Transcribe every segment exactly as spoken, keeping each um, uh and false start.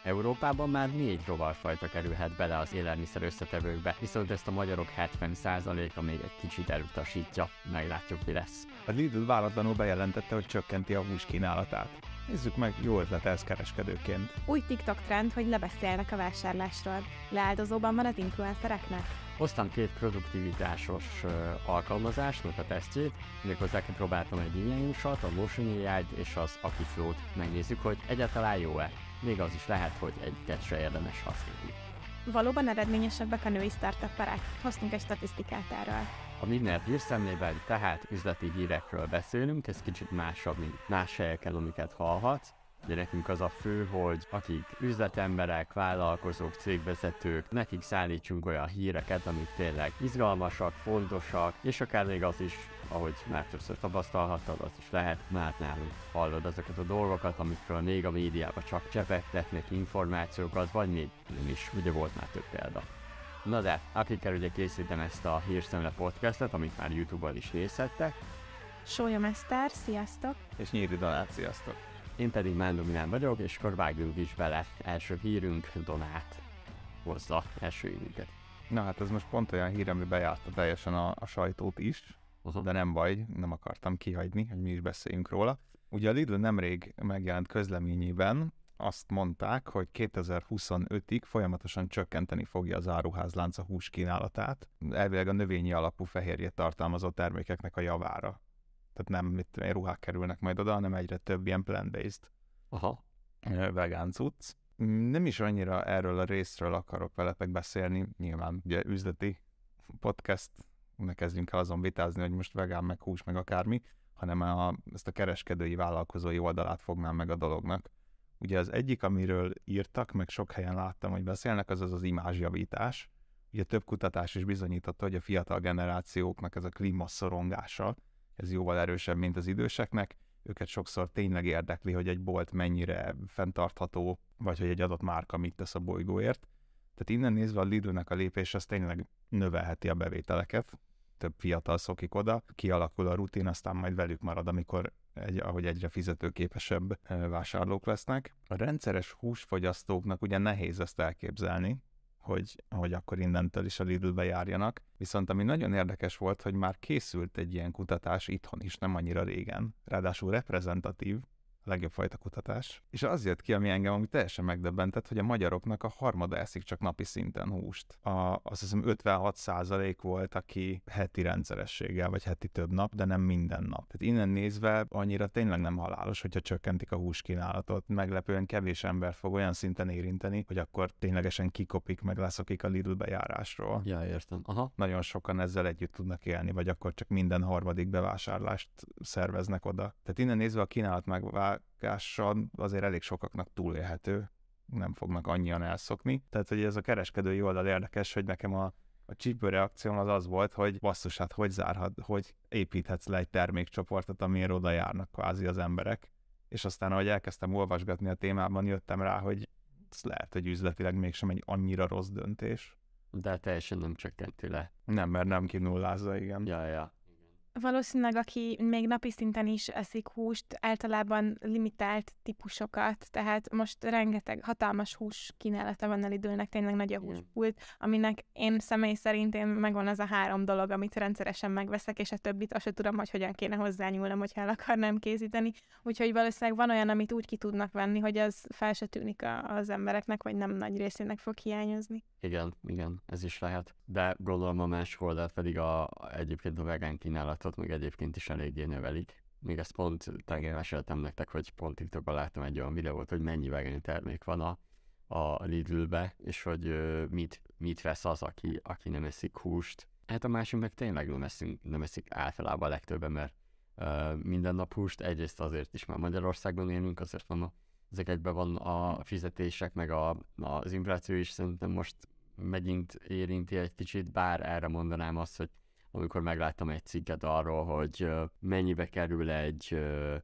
Európában már négy rovarfajta kerülhet bele az élelmiszer összetevőkbe, viszont ezt a magyarok hetven százaléka még egy kicsit elutasítja. Meglátjuk, mi lesz. A Lidl váratlanul bejelentette, hogy csökkenti a hús kínálatát. Nézzük meg, jó ötlet ez kereskedőként. Új TikTok trend, hogy lebeszélnek a vásárlásról. Leáldozóban van az influencereknek? Hoztam két produktivitásos uh, alkalmazásnak a tesztjét, méghozzá kipróbáltam egy ilyen jusat, a Motion á i-t és az Akiflow-t. Megnézzük, hogy egyáltalán jó-e. Még az is lehet, hogy egyiket se érdemes használni. Valóban eredményesebbek a női startupperek? Hoztunk egy statisztikát erről. A Winner hírszemlében tehát üzleti hírekről beszélünk, ez kicsit másabb, mint más helyeken, amiket hallhatsz. De nekünk az a fő, hogy akik üzletemberek, vállalkozók, cégvezetők, nekik szállítsunk olyan híreket, amik tényleg izgalmasak, fontosak, és akár még az is, ahogy már többször tapasztalhattad, az is lehet, már nálunk hallod azokat a dolgokat, amikről még a médiában csak csepegtetnek információkat, vagy még nem is, ugye volt már több példa. Na de, akikkel ugye készítem ezt a Hírszemle podcastet, amit már YouTube-on is nézhettek. Sólyom Eszter, sziasztok! És Nyíri Donát, sziasztok! Én pedig Mándor Milán vagyok, és akkor vágjunk is bele. Első hírünk, Donát hozza első hírünket. Na hát ez most pont olyan hír, ami bejárta teljesen a, a sajtót is, uh-huh. De nem baj, nem akartam kihagyni, hogy mi is beszéljünk róla. Ugye a Lidl nemrég megjelent közleményében azt mondták, hogy kétezer-huszonötig folyamatosan csökkenteni fogja az áruházlánc a hús kínálatát, elvileg a növényi alapú fehérjét tartalmazó termékeknek a javára. Tehát nem mit ruhák kerülnek majd oda, hanem egyre több ilyen plant-based Aha. vegán cucc. Nem is annyira erről a részről akarok veletek beszélni, nyilván ugye üzleti podcast, ne kezdjünk el azon vitázni, hogy most vegán, meg hús, meg akármi, hanem a, ezt a kereskedői, vállalkozói oldalát fognám meg a dolognak. Ugye az egyik, amiről írtak, meg sok helyen láttam, hogy beszélnek, az az az imázsjavítás. Ugye több kutatás is bizonyította, hogy a fiatal generációknak ez a klímaszorongása, ez jóval erősebb, mint az időseknek. Őket sokszor tényleg érdekli, hogy egy bolt mennyire fenntartható, vagy hogy egy adott márka mit tesz a bolygóért. Tehát innen nézve a Lidlnek a lépés az tényleg növelheti a bevételeket. Több fiatal szokik oda, kialakul a rutin, aztán majd velük marad, amikor egy, ahogy egyre fizetőképesebb vásárlók lesznek. A rendszeres húsfogyasztóknak ugye nehéz ezt elképzelni, hogy, hogy akkor innentől is a Lidlbe járjanak. Viszont ami nagyon érdekes volt, hogy már készült egy ilyen kutatás itthon is, nem annyira régen. Ráadásul reprezentatív, a legjobb fajta kutatás. És az jött ki, ami engem ami teljesen megdöbbentett, hogy a magyaroknak a harmada eszik csak napi szinten húst. A, azt hiszem ötvenhat százalék volt, aki heti rendszerességgel, vagy heti több nap, de nem minden nap. Tehát innen nézve annyira tényleg nem halálos, hogyha csökkentik a húskínálatot. Meglepően kevés ember fog olyan szinten érinteni, hogy akkor ténylegesen kikopik, meg leszokik a Lidl bejárásról. Ja, értem. Aha. Nagyon sokan ezzel együtt tudnak élni, vagy akkor csak minden harmadik bevásárlást szerveznek oda. Tehát innen nézve a kínálat megvágással azért elég sokaknak túlélhető, nem fognak annyian elszokni. Tehát, hogy ez a kereskedői oldal érdekes, hogy nekem a, a csípő reakcióm az az volt, hogy basszus, hát hogy zárhat, hogy építhetsz le egy termékcsoportot, amiért oda járnak kvázi az emberek. És aztán, ahogy elkezdtem olvasgatni a témában, jöttem rá, hogy ez lehet, hogy üzletileg mégsem egy annyira rossz döntés. De teljesen nem csökkenti le. Nem, mert nem kinullázza, igen. Ja, ja. Valószínűleg, aki még napi szinten is eszik húst, általában limitált típusokat, tehát most rengeteg hatalmas hús kínálata van a Lidlnek, tényleg nagy a húspult, aminek én személy szerint én megvan az a három dolog, amit rendszeresen megveszek, és a többit azt sem tudom, hogy hogyan kéne hozzányúlnom, hogyha el akarnám készíteni. Úgyhogy valószínűleg van olyan, amit úgy ki tudnak venni, hogy az fel se tűnik a, az embereknek, vagy nem nagy részének fog hiányozni. Igen, igen, ez is lehet. De gondolom a másik oldal pedig a, egyébként a vegán kínálatot meg egyébként is eléggé növelik. Még ezt pont tegnap meséltem nektek, hogy pont TikTokban láttam egy olyan videót, hogy mennyi vegán termék van a, a Lidlbe, és hogy ö, mit, mit vesz az, aki, aki nem eszik húst. Hát a másik meg tényleg nem, eszünk, nem eszik általában a legtöbben, mert ö, minden nap húst, egyrészt azért is, mert Magyarországon élünk, azért van a ezekben van a fizetések, meg a, az infláció is szerintem most megint érinti egy kicsit, bár erre mondanám azt, hogy amikor megláttam egy cikket arról, hogy mennyibe kerül egy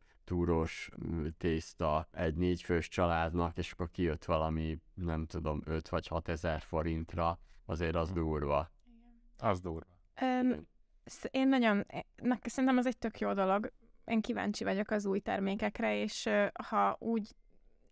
túrós tészta egy négyfős családnak, és akkor kijött valami, nem tudom, öt vagy hat ezer forintra, azért az durva. Igen. Az durva. Um, én nagyon, na, szerintem az egy tök jó dolog. Én kíváncsi vagyok az új termékekre, és ha úgy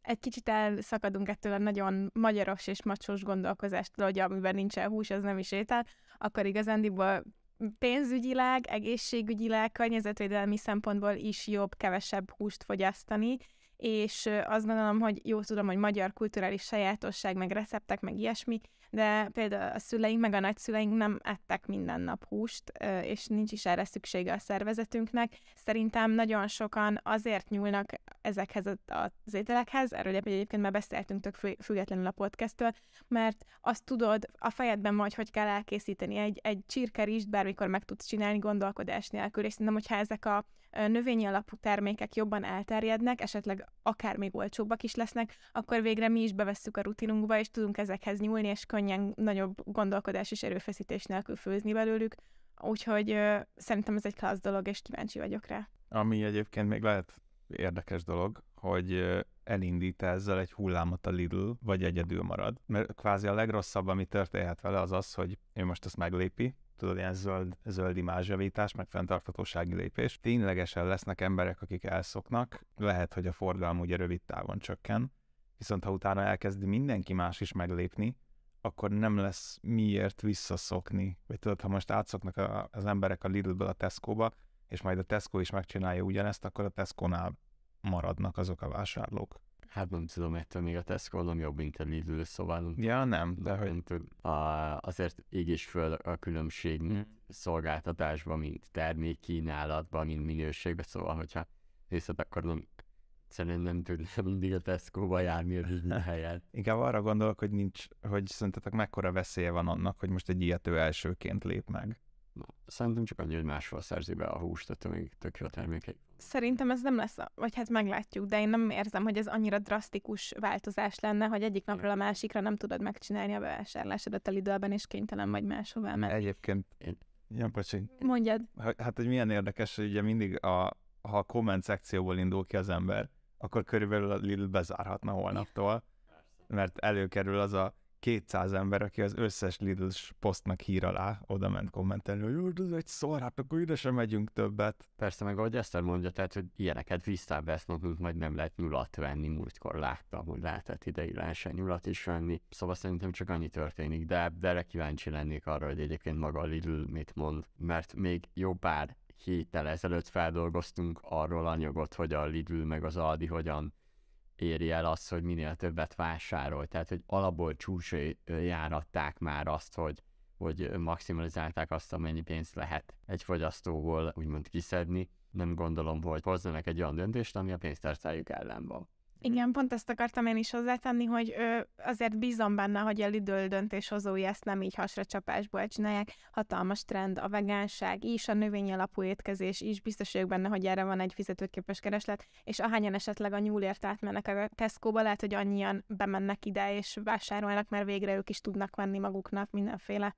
egy kicsit elszakadunk ettől a nagyon magyaros és macsos gondolkozástól, hogy amiben nincsen hús, az nem is étel, akkor igazándiból pénzügyileg, egészségügyileg, környezetvédelmi szempontból is jobb kevesebb húst fogyasztani, és azt gondolom, hogy jó tudom, hogy magyar kulturális sajátosság, meg receptek, meg ilyesmi, de például a szüleink, meg a nagyszüleink nem ettek minden nap húst, és nincs is erre szüksége a szervezetünknek. Szerintem nagyon sokan azért nyúlnak ezekhez az ételekhez, erről egyébként már beszéltünk tök függetlenül a podcasttől, mert azt tudod, a fejedben vagy, hogy kell elkészíteni egy, egy csirkerist, bármikor meg tudsz csinálni gondolkodás nélkül, és szerintem, hogyha ezek a növényi alapú termékek jobban elterjednek, esetleg akár még olcsóbbak is lesznek, akkor végre mi is bevesszük a rutinunkba, és tudunk ezekhez nyúlni, és könnyen nagyobb gondolkodás és erőfeszítés nélkül főzni belőlük. Úgyhogy ö, szerintem ez egy klassz dolog, és kíváncsi vagyok rá. Ami egyébként még lehet érdekes dolog, hogy elindít ezzel egy hullámot a Lidl, vagy egyedül marad. Mert kvázi a legrosszabb, ami történhet vele, az az, hogy ő most ezt meglépi, tudod, ilyen zöld, zöld imázsjavítás, meg fenntarthatósági lépés. Ténylegesen lesznek emberek, akik elszoknak, lehet, hogy a forgalom ugye rövid távon csökken, viszont ha utána elkezdi mindenki más is meglépni, akkor nem lesz miért visszaszokni. Vagy tudod, ha most átszoknak a, az emberek a Lidlből a Tesco-ba, és majd a Tesco is megcsinálja ugyanezt, akkor a Tesco-nál maradnak azok a vásárlók. Hát nem tudom, ettől még a Tesco nem jobb, mint a Lidl, szóval... Ja, nem, de hogy... A, azért ég és föld a különbség mm. szolgáltatásban, mint termékkínálatban, mint minőségben, szóval, hogyha hiszed, akkor nem... Szerintem nem tudnám mindig a Tesco-ba járni a Lidl helyet. Inkább arra gondolok, hogy nincs, hogy szerintetek mekkora veszélye van annak, hogy most egy ilyet ő elsőként lép meg. Na, szerintem csak annyi, hogy máshol szerzi be a húst, tehát még tök jó termékek. Szerintem ez nem lesz, vagy hát meglátjuk, de én nem érzem, hogy ez annyira drasztikus változás lenne, hogy egyik napról a másikra nem tudod megcsinálni a bevásárlásodat a Lidlben, és kénytelen vagy máshová menni. Egyébként, én... ja, bocsi. Mondjad. Hát, hogy milyen érdekes, hogy ugye mindig, a, ha a komment szekcióból indul ki az ember, akkor körülbelül a Lidl bezárhatna holnaptól, mert előkerül az a kétszáz ember, aki az összes Lidl-s posztnak hír alá oda ment kommentelni, hogy jó, ez egy szar, hát akkor ide sem megyünk többet. Persze, meg ahogy Eszter mondja, tehát, hogy ilyeneket visszavesznek, majd nem lehet nyulat venni, múltkor láttam, hogy lehetett ideig lehessen nyulat is venni, szóval szerintem csak annyi történik, de, de erre kíváncsi lennék arra, hogy egyébként maga a Lidl mit mond, mert még jó pár héttel ezelőtt feldolgoztunk arról anyagot, hogy a Lidl meg az Aldi hogyan éri el azt, hogy minél többet vásárol. Tehát, hogy alapból csúcsra járatták már azt, hogy, hogy maximalizálták azt, amennyi pénzt lehet egy fogyasztóból úgymond kiszedni. Nem gondolom, hogy hozzanak egy olyan döntést, ami a pénztárcájuk ellen van. Igen, pont ezt akartam én is hozzátenni, hogy ö, azért bízom benne, hogy a Lidl döntéshozói ezt nem így hasra csapásból csinálják. Hatalmas trend a vegánság is, a növényi alapú étkezés is, biztos vagyok benne, hogy erre van egy fizetőképes kereslet, és ahányan esetleg a nyúlért átmennek a Tesco-ba, lehet, hogy annyian bemennek ide és vásárolnak, mert végre ők is tudnak venni maguknak mindenféle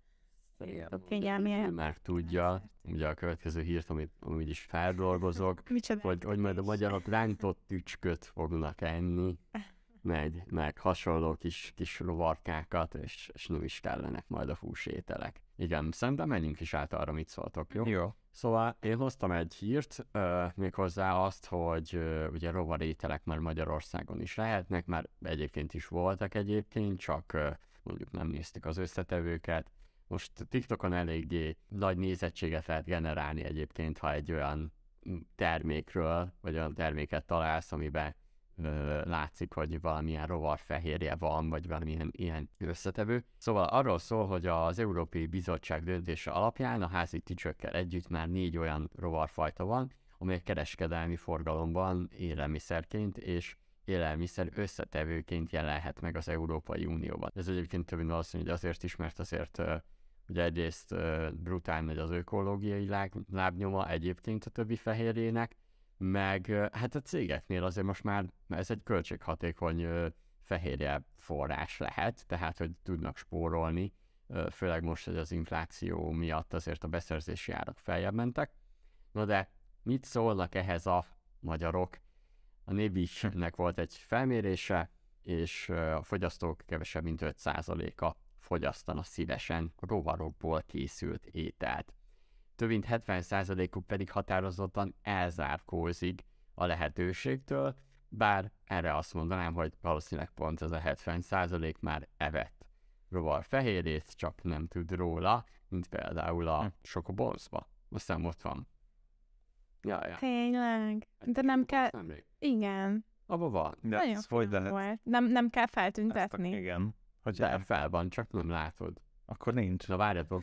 kényelmi. Már tudja, ugye a következő hírt, amit úgy is feldolgozok, hogy, hogy majd a magyarok rántott tücsköt fognak enni, meg, meg hasonló kis, kis rovarkákat, és, és nem is kellenek majd a húsételek. Igen, szerintem menjünk is át arra, mit szóltok, jó? Jó. Szóval én hoztam egy hírt, uh, méghozzá azt, hogy uh, ugye rovarételek már Magyarországon is lehetnek, már egyébként is voltak egyébként, csak uh, mondjuk nem néztek az összetevőket. Most TikTokon eléggé nagy nézettséget lehet generálni egyébként, ha egy olyan termékről, vagy olyan terméket találsz, amiben ö, látszik, hogy valamilyen rovarfehérje van, vagy valamilyen ilyen összetevő. Szóval arról szól, hogy az Európai Bizottság döntése alapján a házi tücskökkel együtt már négy olyan rovarfajta van, amelyek kereskedelmi forgalomban élelmiszerként és élelmiszer összetevőként jelenhet meg az Európai Unióban. Ez egyébként több valószínű, hogy azért is, mert azért uh, ugye egyrészt uh, brutál nagy az ökológiai láb- lábnyoma egyébként a többi fehérjének, meg uh, hát a cégeknél azért most már ez egy költséghatékony uh, fehérje forrás lehet, tehát hogy tudnak spórolni, uh, főleg most, hogy az infláció miatt azért a beszerzési árak feljebb mentek. Na de mit szólnak ehhez a magyarok? A Nébisnek volt egy felmérése, és a fogyasztók kevesebb mint öt százaléka fogyasztana szívesen rovarokból készült ételt. Több mint hetven százalékuk pedig határozottan elzárkózik a lehetőségtől, Bár erre azt mondanám, hogy valószínűleg pont ez a hetven százalék már evett rovarfehérjét, csak nem tud róla, mint például a hm. Chocobolesba. Aztán ott van. Ja, ja. Tényleg. De nem kell... Nemrég. Igen. Abba van. De Nagyon ez hogy finom lehet? volt. Nem, nem kell Ezt a, feltüntetni. igen. Hogy De fel van, csak nem látod. akkor nincs. Na várjatok.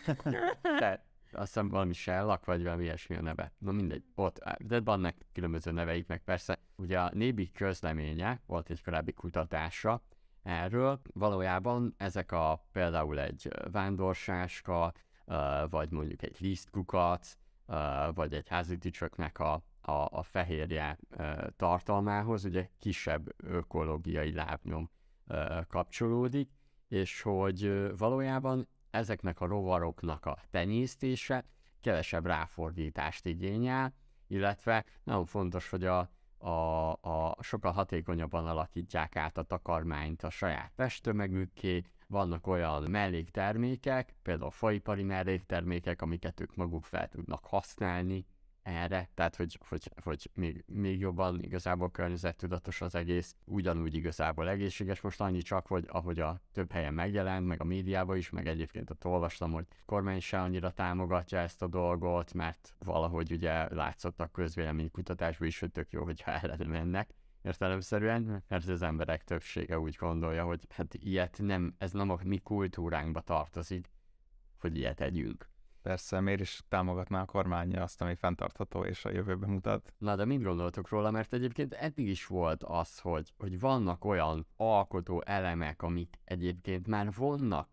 De azt hiszem valami Shellak, vagy valami ilyesmi a neve. Na mindegy, ott, de vannak különböző neveik, meg persze. Ugye a Nébi közleménye volt egy korábbi kutatása erről. Valójában ezek a például egy vándorsáska, vagy mondjuk egy lisztkukac, vagy egy házi tücsöknek a, a, a fehérje tartalmához ugye kisebb ökológiai lábnyom kapcsolódik, és hogy valójában ezeknek a rovaroknak a tenyésztése kevesebb ráfordítást igényel, illetve nagyon fontos, hogy a, a, a sokkal hatékonyabban alakítják át a takarmányt a saját testtömegükké, vannak olyan melléktermékek, például faipari melléktermékek, amiket ők maguk fel tudnak használni erre, tehát hogy, hogy, hogy még, még jobban igazából környezettudatos az egész, ugyanúgy igazából egészséges. Most annyi csak, hogy ahogy a több helyen megjelent, meg a médiában is, meg egyébként ott olvastam, hogy a kormány se annyira támogatja ezt a dolgot, mert valahogy ugye látszott a közvéleménykutatásban is, hogy tök jó, hogyha ellene mennek értelemszerűen, mert az emberek többsége úgy gondolja, hogy hát ilyet nem, ez nem a mi kultúránkba tartozik, hogy ilyet együnk. Persze, miért is támogatná a kormánya azt, ami fenntartható és a jövőben mutat. Na de mit gondoltok róla, mert egyébként eddig is volt az, hogy, hogy vannak olyan alkotó elemek, amik egyébként már vonnak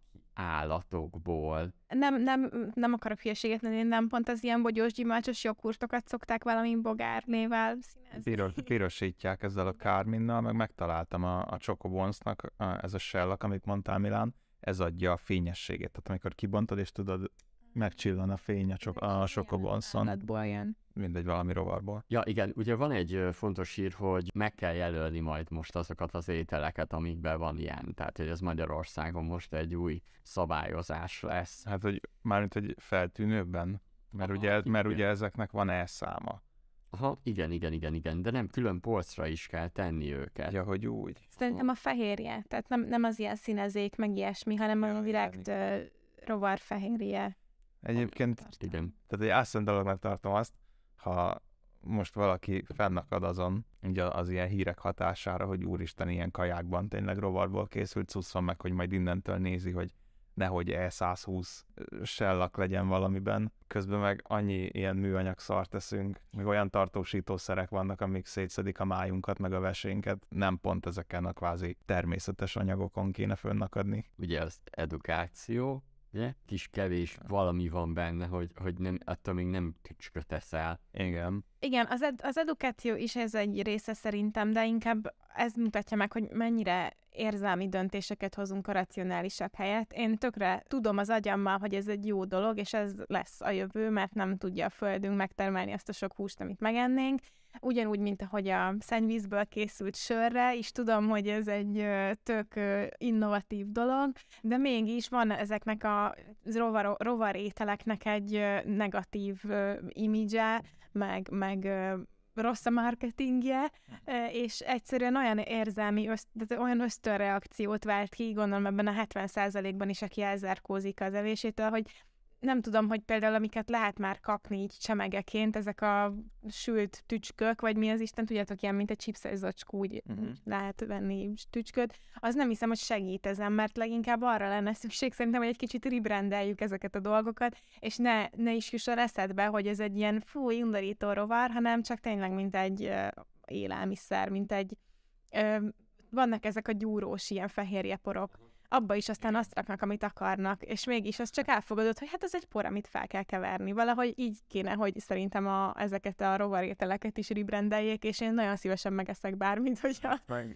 állatokból. Nem, nem, nem akarok hülyeséget lenni, nem pont az ilyen bogyós gyümölcsös joghurtokat szokták valami bogárnével színezni. Piros, pirosítják ezzel a kárminnal, meg megtaláltam a, a Chocobonsnak, a, ez a shellak, amit mondtál, Milán, ez adja a fényességét. Tehát amikor kibontod, és tudod, megcsillan a fény a, cso- a Chocobonson. Állatból jön. Mindegy, valami rovarból. Ja igen, ugye van egy ö, fontos hír, hogy meg kell jelölni majd most azokat az ételeket, amikben van ilyen. Tehát, hogy ez Magyarországon most egy új szabályozás lesz. Hát, hogy mármint, hogy feltűnőbben, mert, Aha, ugye, mert igen. ugye ezeknek van elszáma. Aha, igen, igen, igen, igen, de nem külön polcra is kell tenni őket. Ja, hogy úgy. Szerintem a fehérje, tehát nem, nem az ilyen színezék, meg ilyesmi, hanem Ja, a direkt ö, rovarfehérje. Egyébként, Igen. tehát egy álszent dolognak tartom azt, ha most valaki fennakad azon, ugye az ilyen hírek hatására, hogy úristen, ilyen kajákban tényleg rovarból készült cuccon, meg hogy majd innentől nézi, hogy nehogy E száz húsz shellak legyen valamiben. Közben meg annyi ilyen műanyag szart teszünk, meg olyan tartósítószerek vannak, amik szétszedik a májunkat, meg a vesénket. Nem pont ezeken a kvázi természetes anyagokon kéne fönnakadni. Ugye az edukáció, ugye? Kis kevés valami van benne, hogy, hogy nem, attól még nem tücsköt eszel. Igen. Igen, az, ed- az edukáció is ez egy része szerintem, de inkább ez mutatja meg, hogy mennyire érzelmi döntéseket hozunk a racionálisak helyett. Én tökre tudom az agyammal, hogy ez egy jó dolog, és ez lesz a jövő, mert nem tudja a földünk megtermelni azt a sok húst, amit megennénk. Ugyanúgy, mint ahogy a szennyvízből készült sörre, és tudom, hogy ez egy ö, tök ö, innovatív dolog, de mégis van ezeknek a rovar, rovarételeknek egy ö, negatív ö, imidzse, meg, meg ö, rossz a marketingje, ö, és egyszerűen olyan érzelmi, öszt, tehát olyan ösztönreakciót vált ki, gondolom ebben a hetven százalékban is, aki elzárkózik az evésétől, hogy nem tudom, hogy például amiket lehet már kapni így csemegeként, ezek a sült tücskök, vagy mi az Isten, tudjátok, ilyen, mint egy chipses zacskó, úgy Uh-huh. lehet venni tücsköt, az nem hiszem, hogy segít ezen, mert leginkább arra lenne szükség szerintem, hogy egy kicsit ribrendeljük ezeket a dolgokat, és ne, ne is jusson eszedbe, hogy ez egy ilyen fúj, undorító rovar, hanem csak tényleg mint egy uh, élelmiszer, mint egy uh, vannak ezek a gyúrós ilyen fehérjeporok, abba is aztán azt raknak, amit akarnak, és mégis az csak elfogadott, hogy hát ez egy por, amit fel kell keverni. Valahogy így kéne, hogy szerintem a, ezeket a rovarételeket is ribrendeljék, és én nagyon szívesen megeszek bármit, hogyha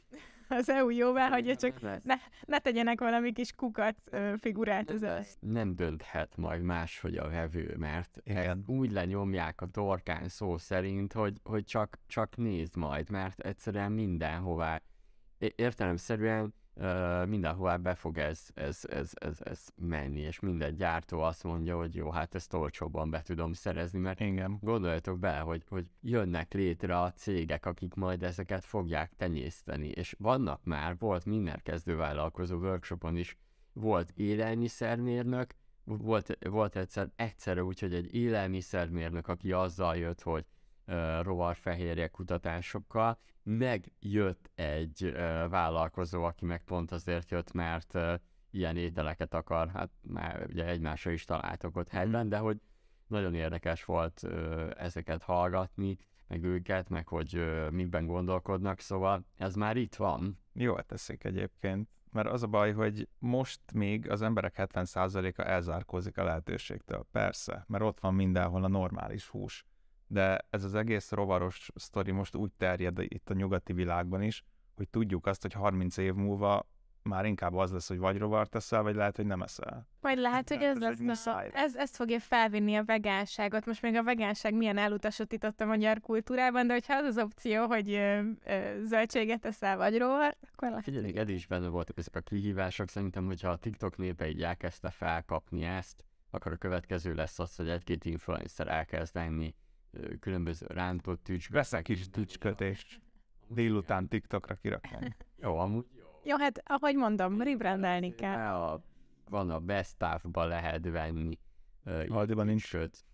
az é u jóvá hagyja, csak ne, ne tegyenek valami kis kukac ö, figurát az Nem dönthet majd máshogy a vevő, mert Igen. úgy lenyomják a torkán szó szerint, hogy, hogy csak, csak nézd majd, mert egyszerűen mindenhová. É- Értelemszerűen uh, mindenhová be fog ez, ez, ez, ez, ez menni, és minden gyártó azt mondja, hogy jó, hát ezt olcsóbban be tudom szerezni, mert Igen. gondoljatok bele, hogy, hogy jönnek létre a cégek, akik majd ezeket fogják tenyészteni, és vannak már, volt minden kezdővállalkozó workshopon is, volt élelmiszermérnök, volt, volt egyszer, egyszerre úgy, hogy egy élelmiszermérnök, aki azzal jött, hogy uh, rovarfehérje kutatásokkal, megjött egy uh, vállalkozó, aki meg pont azért jött, mert uh, ilyen ételeket akar, hát már ugye egymásra is találtok ott helyben, de hogy nagyon érdekes volt uh, ezeket hallgatni, meg őket, meg hogy uh, miben gondolkodnak, szóval ez már itt van. Jól teszik egyébként, mert az a baj, hogy most még az emberek hetven százaléka elzárkózik a lehetőségtől. Persze, mert ott van mindenhol a normális hús. De ez az egész rovaros sztori most úgy terjed itt a nyugati világban is, hogy tudjuk azt, hogy harminc év múlva már inkább az lesz, hogy vagy rovart eszel, vagy lehet, hogy nem eszel. Vagy lehet, hogy ez, ez lesz a, ez, ez fogja felvinni a vegánságot. Most még a vegánság milyen elutasított a magyar kultúrában, de hogyha az az opció, hogy ö, ö, zöldséget eszel, vagy rovart, akkor lehet. Figyeljük, eddig is benne voltak ezek a kihívások. Szerintem, hogyha a TikTok népe így elkezdte felkapni ezt, akkor a következő lesz az, hogy egy-két influencer elkezd venni ö, különböző rántott tücs. Veszek is tücskötést. Délután TikTokra kirakni. Jó, amúgy Jó, hát ahogy mondom, rebrandelni kell. A, van a Best Stuff-ba lehet venni. Uh, Aldiban nincs. Sőt.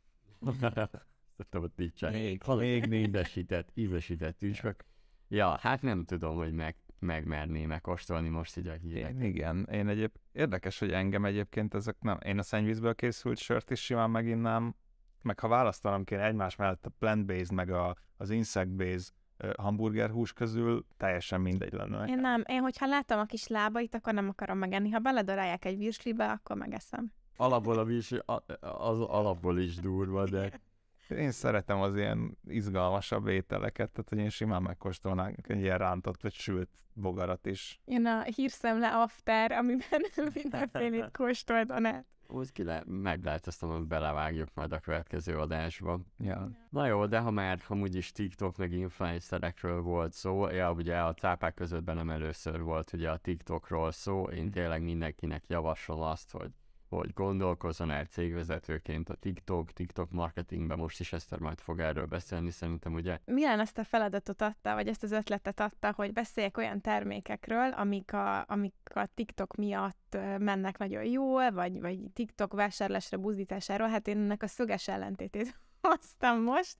Szerintem ott nincsen. Még, még nincs. Ízesített, ízesített tücsök. Ja, hát nem tudom, hogy meg, megmerném megkóstolni most így a hírek. Én, igen, én egyéb érdekes, hogy engem egyébként ezek nem. Én a szennyvízből készült sört is simán meginnám, meg ha választanom kéne egymás mellett a plant-based, meg a, az insect-based hamburgerhús közül, teljesen mindegy lenne. Én nem. Én, hogyha látom a kis lábait, akkor nem akarom megenni. Ha beledarálják egy virslibe, akkor megeszem. Alapból a virs, az alapból is durva, de... Én szeretem az ilyen izgalmasabb ételeket, tehát hogy én simán megkóstolnánk egy ilyen rántott vagy sült bogarat is. Jön a hírszemle after, amiben mindenfélét kóstoltan át. Úgy ki le, meg lehet azt mondani, hogy belevágjuk majd a következő adásba. Ja. Na jó, de ha már amúgy is TikTok meg influencerekről volt szó, ja, ugye a cápák között nem először volt ugye a TikTokról szó, én tényleg mindenkinek javaslom azt, hogy, hogy gondolkozzon el cégvezetőként a TikTok, TikTok marketingben, most is Eszter majd fog erről beszélni, szerintem ugye. Milyen ezt a feladatot adta, vagy ezt az ötletet adta, hogy beszéljek olyan termékekről, amik a, amik a TikTok miatt mennek nagyon jól, vagy, vagy TikTok vásárlásra, buzdításáról, hát én ennek a szöges ellentétét hoztam most,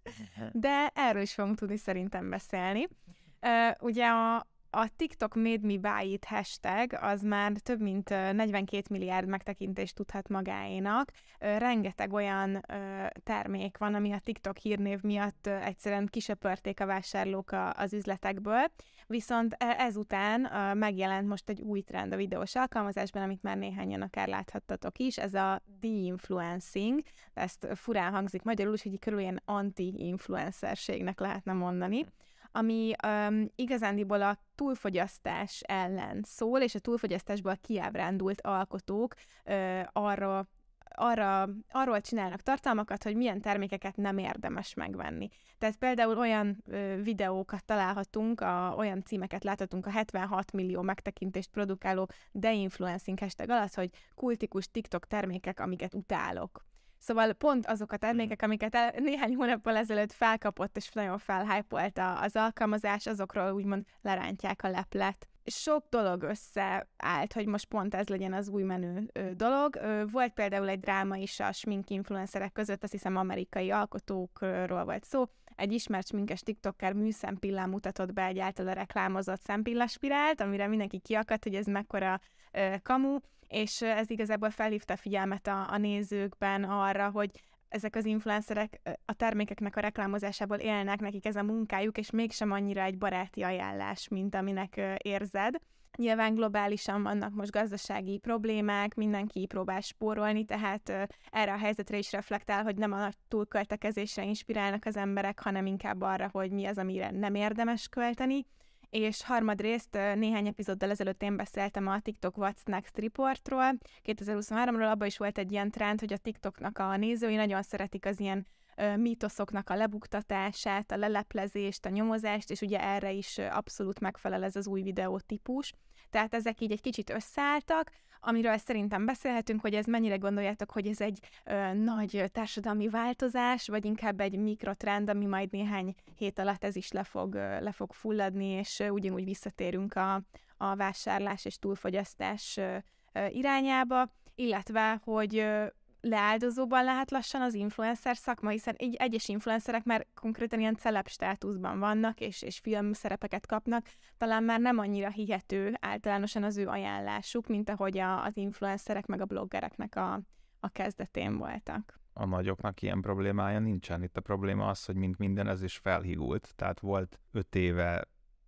de erről is fogunk tudni szerintem beszélni. Uh, ugye a A TikTok Made Me Buy It hashtag az már több mint negyvenkét milliárd megtekintést tudhat magáénak. Rengeteg olyan termék van, ami a TikTok hírnév miatt egyszerűen kisöpörték a vásárlók az üzletekből, viszont ezután megjelent most egy új trend a videós alkalmazásban, amit már néhányan akár láthattatok is, ez a de-influencing, ezt furán hangzik magyarul is, hogy körül ilyen anti-influencerségnek lehetne mondani, ami um, igazándiból a túlfogyasztás ellen szól, és a túlfogyasztásból kiábrándult alkotók uh, arra, arra, arról csinálnak tartalmakat, hogy milyen termékeket nem érdemes megvenni. Tehát például olyan uh, videókat találhatunk, a, olyan címeket láthatunk a hetvenhat millió megtekintést produkáló de-influencing hashtag alatt, hogy kultikus TikTok termékek, amiket utálok. Szóval pont azok a termékek, amiket el, néhány hónappal ezelőtt felkapott és nagyon felhypolta az alkalmazás, azokról úgymond lerántják a leplet. Sok dolog összeállt, hogy most pont ez legyen az új menő ö, dolog. Ö, volt például egy dráma is a smink influencerek között, azt hiszem amerikai alkotókról volt szó. Egy ismert sminkes tiktoker műszempillán mutatott be egy általa reklámozott szempillaspirált, amire mindenki kiakadt, hogy ez mekkora ö, kamu, és ez igazából felhívta a figyelmet a, a nézőkben arra, hogy ezek az influencerek a termékeknek a reklámozásából élnek, nekik ez a munkájuk, és mégsem annyira egy baráti ajánlás, mint aminek érzed. Nyilván globálisan vannak most gazdasági problémák, mindenki próbál spórolni, tehát erre a helyzetre is reflektál, hogy nem a nagy túlköltekezésre inspirálnak az emberek, hanem inkább arra, hogy mi az, amire nem érdemes költeni. És harmadrészt néhány epizóddal ezelőtt én beszéltem a TikTok What's Next Reportról, kétezer-huszonháromról, abban is volt egy ilyen trend, hogy a TikToknak a nézői nagyon szeretik az ilyen ö, mítoszoknak a lebuktatását, a leleplezést, a nyomozást, és ugye erre is abszolút megfelel ez az új videótípus. Tehát ezek így egy kicsit összeálltak, amiről szerintem beszélhetünk, hogy ez mennyire gondoljátok, hogy ez egy ö, nagy társadalmi változás, vagy inkább egy mikrotrend, ami majd néhány hét alatt ez is le fog, ö, le fog fulladni, és ö, ugyanúgy visszatérünk a, a vásárlás és túlfogyasztás ö, ö, irányába, illetve, hogy ö, leáldozóban lehet lassan az influencer szakma, hiszen így egyes influencerek már konkrétan ilyen celeb státuszban vannak, és, és filmszerepeket kapnak, talán már nem annyira hihető általánosan az ő ajánlásuk, mint ahogy a, az influencerek meg a bloggereknek a, a kezdetén voltak. A nagyoknak ilyen problémája nincsen. Itt a probléma az, hogy mint minden, ez is felhigult. Tehát volt öt éve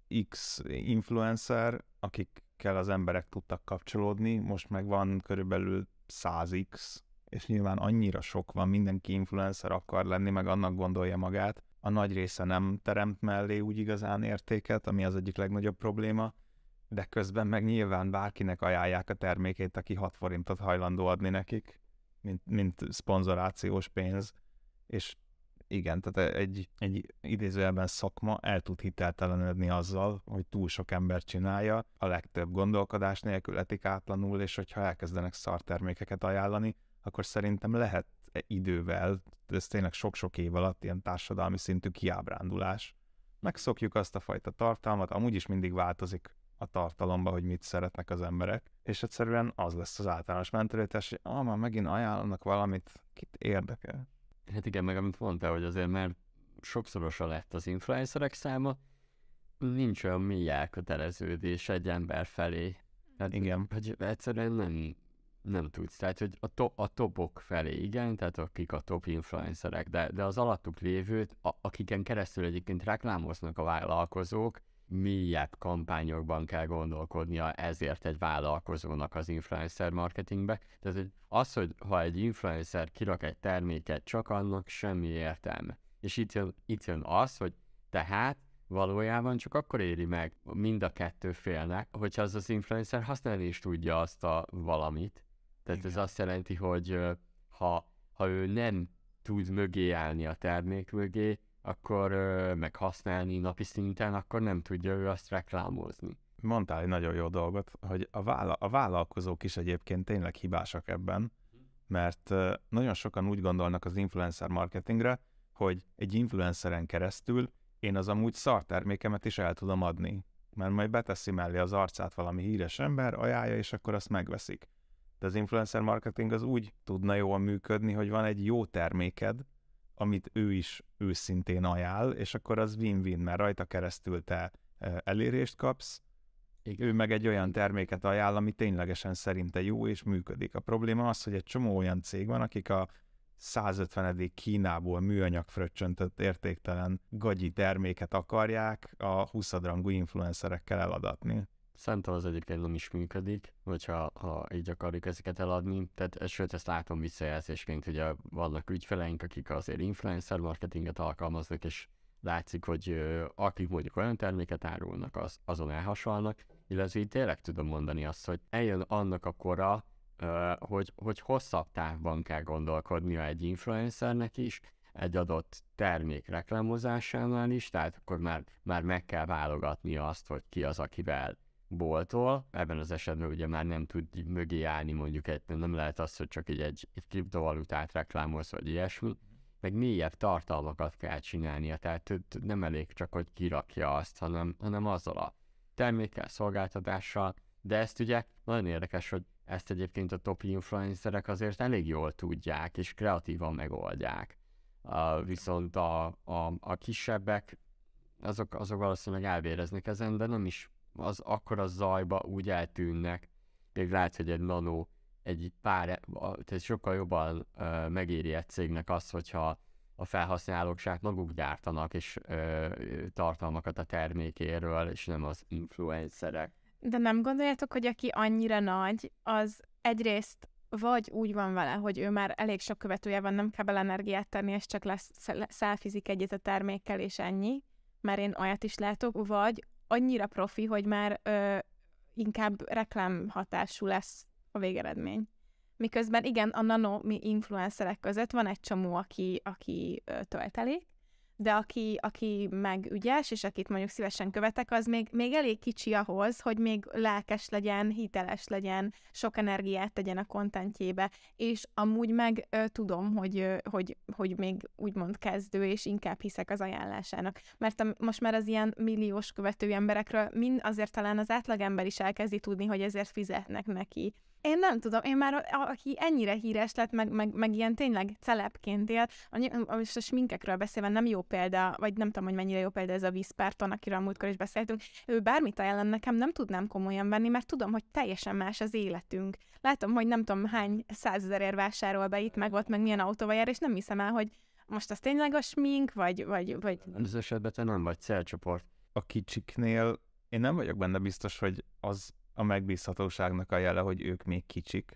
X influencer, akikkel az emberek tudtak kapcsolódni, most meg van körülbelül száz X, és nyilván annyira sok van, mindenki influencer akar lenni, meg annak gondolja magát. A nagy része nem teremt mellé úgy igazán értéket, ami az egyik legnagyobb probléma, de közben meg nyilván bárkinek ajánlják a termékét, aki hat forintot hajlandó adni nekik, mint, mint szponzorációs pénz. És igen, tehát egy, egy idézőjelben szakma el tud hiteltelenedni azzal, hogy túl sok ember csinálja, a legtöbb gondolkodás nélkül, etikátlanul, és hogyha elkezdenek szartermékeket ajánlani, akkor szerintem lehet idővel, ez tényleg sok-sok év alatt ilyen társadalmi szintű kiábrándulás. Megszokjuk azt a fajta tartalmat, amúgy is mindig változik a tartalomba, hogy mit szeretnek az emberek, és egyszerűen az lesz az általános mentalitás, hogy ah, már megint ajánlanak valamit, kit érdekel. Hát igen, meg amit mondtál, hogy azért már sokszorosa lett az influencerek száma, nincs olyan mély elköteleződés egy ember felé. Hát, igen. Hogy egyszerűen nem, nem tudsz. Tehát, hogy a, to- a topok felé igen, tehát akik a top influencerek, de, de az alattuk lévőt, a- akiken keresztül egyébként reklámoznak a vállalkozók, mélyebb kampányokban kell gondolkodnia ezért egy vállalkozónak az influencer marketingbe. Tehát hogy az, hogy ha egy influencer kirak egy terméket, csak annak semmi értelme. És itt jön, itt jön az, hogy tehát valójában csak akkor éri meg mind a kettő félnek, hogyha az az influencer használni is tudja azt a valamit. Tehát igen. Ez azt jelenti, hogy ha, ha ő nem tud mögé állni a termék mögé, akkor ö, meg használni napi szinten, akkor nem tudja ő azt reklámozni. Mondtál egy nagyon jó dolgot, hogy a, vála- a vállalkozók is egyébként tényleg hibásak ebben, mert ö, nagyon sokan úgy gondolnak az influencer marketingre, hogy egy influenceren keresztül én az amúgy szartermékemet is el tudom adni. Mert majd beteszi mellé az arcát valami híres ember, ajánlja, és akkor azt megveszik. De az influencer marketing az úgy tudna jól működni, hogy van egy jó terméked, amit ő is őszintén ajánl, és akkor az win-win, mert rajta keresztül te elérést kapsz, igen. Ő meg egy olyan terméket ajánl, ami ténylegesen szerinte jó és működik. A probléma az, hogy egy csomó olyan cég van, akik a százötvenedik Kínából műanyag fröccsöntött értéktelen gagyi terméket akarják a huszadrangú influencerekkel eladatni. Szerintem az egyébként nem is működik, hogyha ha így akarjuk ezeket eladni. Tehát, sőt, ezt látom visszajelzésként, hogy vannak ügyfeleink, akik azért influencer marketinget alkalmaznak, és látszik, hogy ö, akik mondjuk olyan terméket árulnak, az, azon elhasalnak, illetve így tényleg tudom mondani azt, hogy eljön annak a kora, ö, hogy, hogy hosszabb távban kell gondolkodnia egy influencernek is, egy adott termék reklámozásánál is, tehát akkor már, már meg kell válogatnia azt, hogy ki az, akivel boltol. Ebben az esetben ugye már nem tud mögé állni, mondjuk egy, nem lehet az, hogy csak így egy, egy kriptovalutát reklámoz, vagy ilyesmi, meg mélyebb tartalmakat kell csinálnia, tehát nem elég csak, hogy kirakja azt, hanem, hanem azzal a termékkel, szolgáltatással, de ezt ugye nagyon érdekes, hogy ezt egyébként a top influencerek azért elég jól tudják, és kreatívan megoldják. Uh, viszont a, a, a kisebbek, azok, azok valószínűleg elvéreznek ezen, de nem is az akkora zajba úgy eltűnnek, még lehet, hogy egy nano, egy pár, tehát sokkal jobban uh, megéri egy cégnek az, hogyha a felhasználók saját maguk gyártanak és uh, tartalmakat a termékéről, és nem az influencerek. De nem gondoljátok, hogy aki annyira nagy, az egyrészt vagy úgy van vele, hogy ő már elég sok követője van, nem kell bele energiát tenni, és csak lesz, szelfizik egyet a termékkel, és ennyi, mert én olyat is látok, vagy annyira profi, hogy már ö, inkább reklámhatású lesz a végeredmény. Miközben igen, a nano mi influencerek között van egy csomó, aki, aki ö, töltelék, de aki, aki meg ügyes, és akit mondjuk szívesen követek, az még, még elég kicsi ahhoz, hogy még lelkes legyen, hiteles legyen, sok energiát tegyen a kontentjébe, és amúgy meg ö, tudom, hogy, ö, hogy, hogy még úgymond kezdő, és inkább hiszek az ajánlásának. Mert a, most már az ilyen milliós követő emberekről mind azért talán az átlagember is elkezdi tudni, hogy ezért fizetnek neki. Én nem tudom, én már, aki ennyire híres lett, meg, meg, meg ilyen tényleg celebként él, most a sminkekről beszélve nem jó példa, vagy nem tudom, hogy mennyire jó példa ez a vízpárton, akiről a múltkor is beszéltünk, ő bármit ajánl nekem, nem tudnám komolyan venni, mert tudom, hogy teljesen más az életünk. Látom, hogy nem tudom hány százezerért vásárol be itt, meg ott, meg milyen autóval jár, és nem hiszem el, hogy most az tényleg a smink, vagy... vagy, vagy... Az esetben te nem vagy célcsoport. A kicsiknél én nem vagyok benne biztos, hogy az a megbízhatóságnak a jele, hogy ők még kicsik.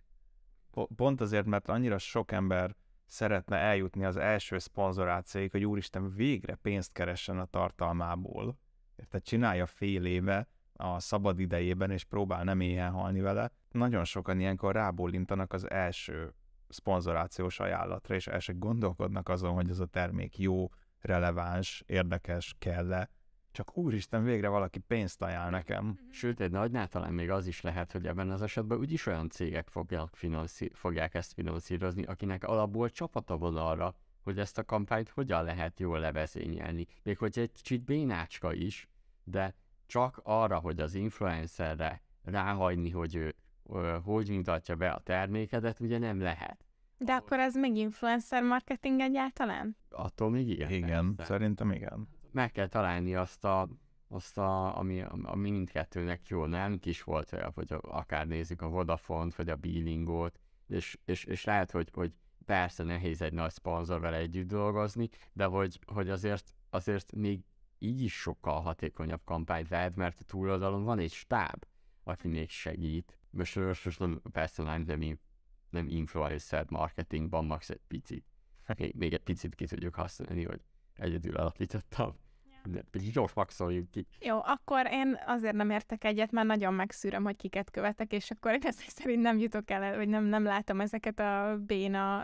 Pont azért, mert annyira sok ember szeretne eljutni az első szponzorációig, hogy úristen, végre pénzt keressen a tartalmából. Tehát csinálja fél éve a szabad idejében, és próbál nem éhen halni vele. Nagyon sokan ilyenkor rábólintanak az első szponzorációs ajánlatra, és el se gondolkodnak azon, hogy ez a termék jó, releváns, érdekes, kell-e. Csak úristen, végre valaki pénzt ajánl nekem. Sőt, egy nagynál talán még az is lehet, hogy ebben az esetben úgyis olyan cégek fogják, finanszí- fogják ezt finanszírozni, akinek alapból csapata van arra, hogy ezt a kampányt hogyan lehet jól levezényelni. Még hogy egy kicsit bénácska is, de csak arra, hogy az influencerre ráhagyni, hogy ő ö, hogy mutatja be a termékedet, ugye nem lehet. De akkor ez még influencer marketing egyáltalán? Attól még igen. Igen, persze. szerintem igen. Meg kell találni azt a, azt a ami, ami mindkettőnek jó. Nálunk is volt olyan, hogy akár nézzük a Vodafont, vagy a Bilingot, és, és, és lehet, hogy, hogy persze nehéz egy nagy szponzor vele együtt dolgozni, de hogy, hogy azért, azért még így is sokkal hatékonyabb kampányt lehet, mert a túloldalon van egy stáb, aki még segít. Most, most nem, persze nem, nem, nem influencer marketingban, max egy picit. Még, még egy picit ki tudjuk használni, hogy egyedül alapítottam. De gyors maxoljuk ki. Jó, akkor én azért nem értek egyet, mert nagyon megszűröm, hogy kiket követek, és akkor én ezek szerint nem jutok el, vagy nem, nem látom ezeket a béna,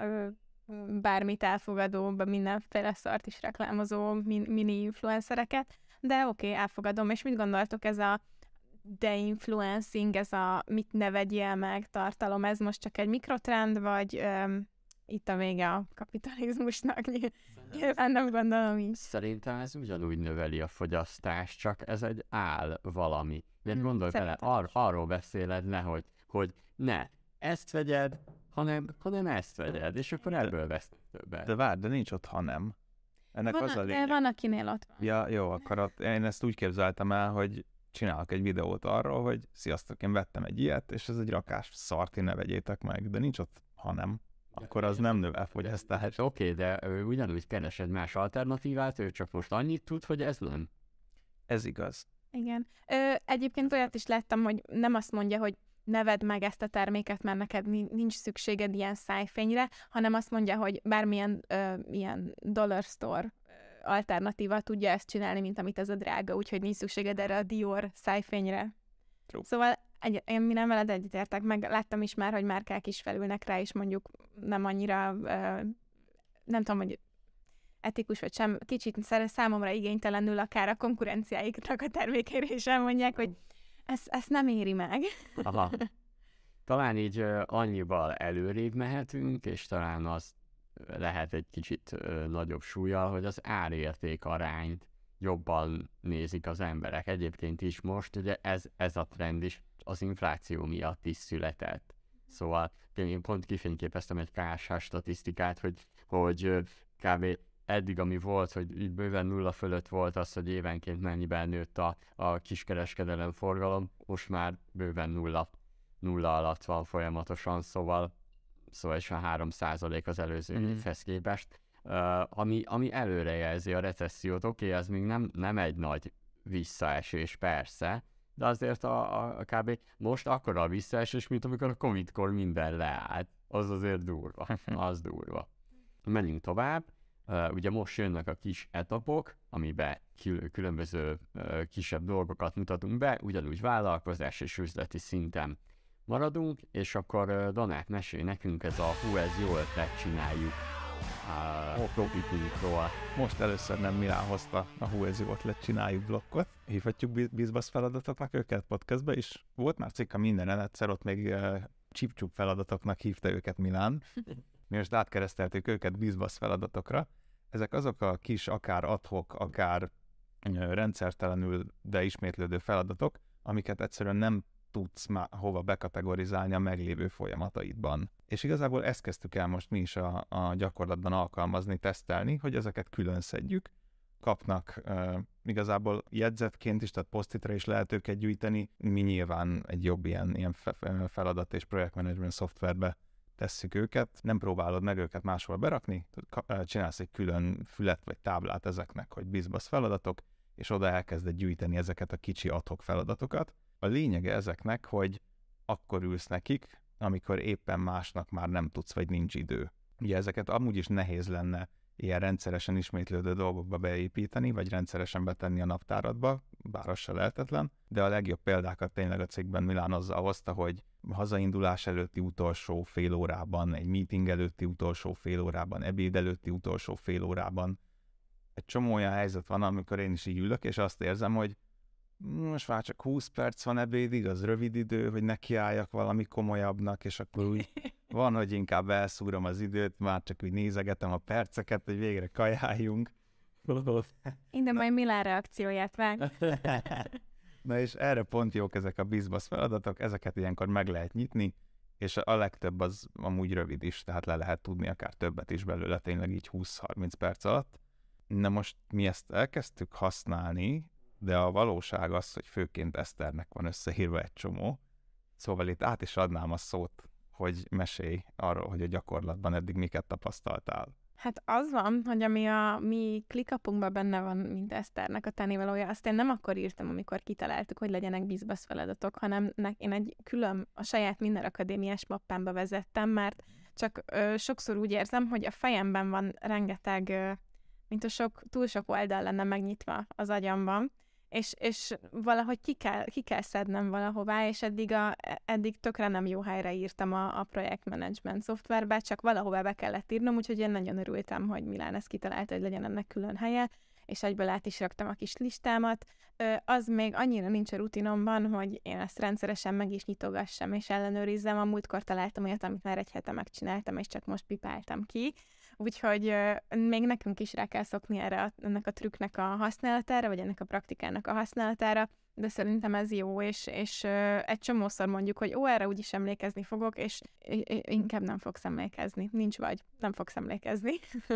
bármit elfogadó, mindenféle szart is reklámozó mini influencereket, de oké, okay, elfogadom. És mit gondoltok, ez a de-influencing, ez a mit ne vegyél meg tartalom, ez most csak egy mikrotrend, vagy öm, itt a vége a kapitalizmusnak? Nyilván nem gondolom így. Szerintem ez ugyanúgy növeli a fogyasztást, csak ez egy áll valami. Mert Hmm, gondolj bele, ar- arról beszéled ne, hogy, hogy ne ezt vegyed, hanem, hanem ezt vegyed, és akkor ebből vesznek többet. De várj, de nincs ott, ha nem. Ennek Van, az a lényeg. van, akinél ott van. Ja, jó, akkor ott, én ezt úgy képzeltem el, hogy csinálok egy videót arról, hogy sziasztok, én vettem egy ilyet, és ez egy rakás szart, ne vegyétek meg, de nincs ott, ha nem. Akkor az nem növel fogyasztás. Oké, okay, de ő ugyanúgy keresed más alternatívát, ő csak most annyit tud, hogy ez nem. Ez igaz. Igen. Ö, egyébként olyat is láttam, hogy nem azt mondja, hogy ne vedd meg ezt a terméket, mert neked nincs szükséged ilyen szájfényre, hanem azt mondja, hogy bármilyen ö, ilyen dollar store alternatíva tudja ezt csinálni, mint amit ez a drága, úgyhogy nincs szükséged erre a Dior szájfényre. True. Szóval egy, én mi nem veled egyetértek, meg láttam is már, hogy márkák is felülnek rá, és mondjuk nem annyira, ö, nem tudom, hogy etikus vagy sem, kicsit számomra igénytelenül akár a konkurenciáiknak a termékére is elmondják, hogy ezt, ezt nem éri meg. Aha. Talán így uh, annyival előrébb mehetünk, és talán az lehet egy kicsit uh, nagyobb súllyal, hogy az árérték arányt jobban nézik az emberek. Egyébként is most, ugye ez, ez a trend is az infláció miatt is született. Szóval én pont kifényképeztem egy ká es há statisztikát, hogy, hogy uh, kb. Eddig, ami volt, hogy így bőven nulla fölött volt az, hogy évenként mennyiben nőtt a, a kiskereskedelem forgalom, most már bőven nulla, nulla alatt van folyamatosan, szóval, szóval is a három százalék az előző mm. évhez képest, uh, ami, ami előrejelzi a recessziót. Oké, okay, ez még nem, nem egy nagy visszaesés persze, de azért a, a, a kb. Most akkora a visszaesés, mint amikor a Covid-kor minden leállt. Az azért durva, az durva. Menjünk tovább. Uh, ugye most jönnek a kis etapok, amiben kül- különböző uh, kisebb dolgokat mutatunk be, ugyanúgy vállalkozás és üzleti szinten maradunk, és akkor uh, Donát, mesélj nekünk, ez a hú, ez jó ötlet, csináljuk a profi-ról. Most először nem Milán hozta a Who is Outlet csináljuk blokkot. Hívhatjuk bizbasz feladatoknak őket podcastbe is. Volt már cikk a mindenen, egyszer ott még uh, csip-csup feladatoknak hívta őket Milán. Mi most átkereszteltük őket bizbasz feladatokra. Ezek azok a kis, akár ad-hoc, akár uh, rendszertelenül, de ismétlődő feladatok, amiket egyszerűen nem tudsz már hova bekategorizálni a meglévő folyamataidban. És igazából ezt kezdtük el most mi is a, a gyakorlatban alkalmazni, tesztelni, hogy ezeket külön szedjük. Kapnak uh, igazából jegyzetként is, tehát posztitra is lehet őket gyűjteni. Mi nyilván egy jobb ilyen, ilyen fe- feladat és projektmenedzsment szoftverbe tesszük őket. Nem próbálod meg őket máshol berakni, csinálsz egy külön fület vagy táblát ezeknek, hogy bizbasz feladatok, és oda elkezded gyűjteni ezeket a kicsi ad-hoc feladatokat. A lényege ezeknek, hogy akkor ülsz nekik, amikor éppen másnak már nem tudsz, vagy nincs idő. Ugye ezeket amúgy is nehéz lenne ilyen rendszeresen ismétlődő dolgokba beépíteni, vagy rendszeresen betenni a naptáradba, bár az se lehetetlen, de a legjobb példákat tényleg a cikkben Milán azzal hozta, hogy hazaindulás előtti utolsó fél órában, egy meeting előtti utolsó fél órában, ebéd előtti utolsó fél órában. Egy csomó olyan helyzet van, amikor én is így ülök, és azt érzem, hogy most már csak húsz perc van ebédig, az rövid idő, hogy nekiálljak valami komolyabbnak, és akkor úgy van, hogy inkább elszúrom az időt, már csak úgy nézegetem a perceket, hogy végre kajáljunk. Innen majd Milán reakcióját vág. Na és erre pont jók ezek a bizbasz feladatok, ezeket ilyenkor meg lehet nyitni, és a legtöbb az amúgy rövid is, tehát le lehet tudni akár többet is belőle, tényleg így húsz-harminc perc alatt. Na most mi ezt elkezdtük használni, de a valóság az, hogy főként Eszternek van összeírva egy csomó. Szóval itt át is adnám a szót, hogy mesélj arról, hogy a gyakorlatban eddig miket tapasztaltál. Hát az van, hogy ami a mi ClickUpunkban benne van, mint Eszternek a tennivalója, azt én nem akkor írtam, amikor kitaláltuk, hogy legyenek bizbasz feladatok, hanem én egy külön a saját minden akadémiás mappámba vezettem, mert csak ö, sokszor úgy érzem, hogy a fejemben van rengeteg, ö, mint a sok, túl sok oldal lenne megnyitva az agyamban, És, és valahogy ki kell, ki kell szednem valahová, és eddig, a, eddig tökre nem jó helyre írtam a, a projektmenedzsment szoftverbe, csak valahová be kellett írnom, úgyhogy én nagyon örültem, hogy Milán ezt kitalálta, hogy legyen ennek külön helye, és egyből át is raktam a kis listámat. Az még annyira nincs a rutinomban, hogy én ezt rendszeresen meg is nyitogassam és ellenőrizzem. A múltkor találtam olyat, amit már egy hete megcsináltam, és csak most pipáltam ki. Úgyhogy euh, még nekünk is rá kell szokni erre a, ennek a trükknek a használatára, vagy ennek a praktikának a használatára, de szerintem ez jó, és, és euh, egy csomószor mondjuk, hogy ó, erre úgyis emlékezni fogok, és inkább nem fogsz emlékezni. Nincs vagy, nem fogsz emlékezni.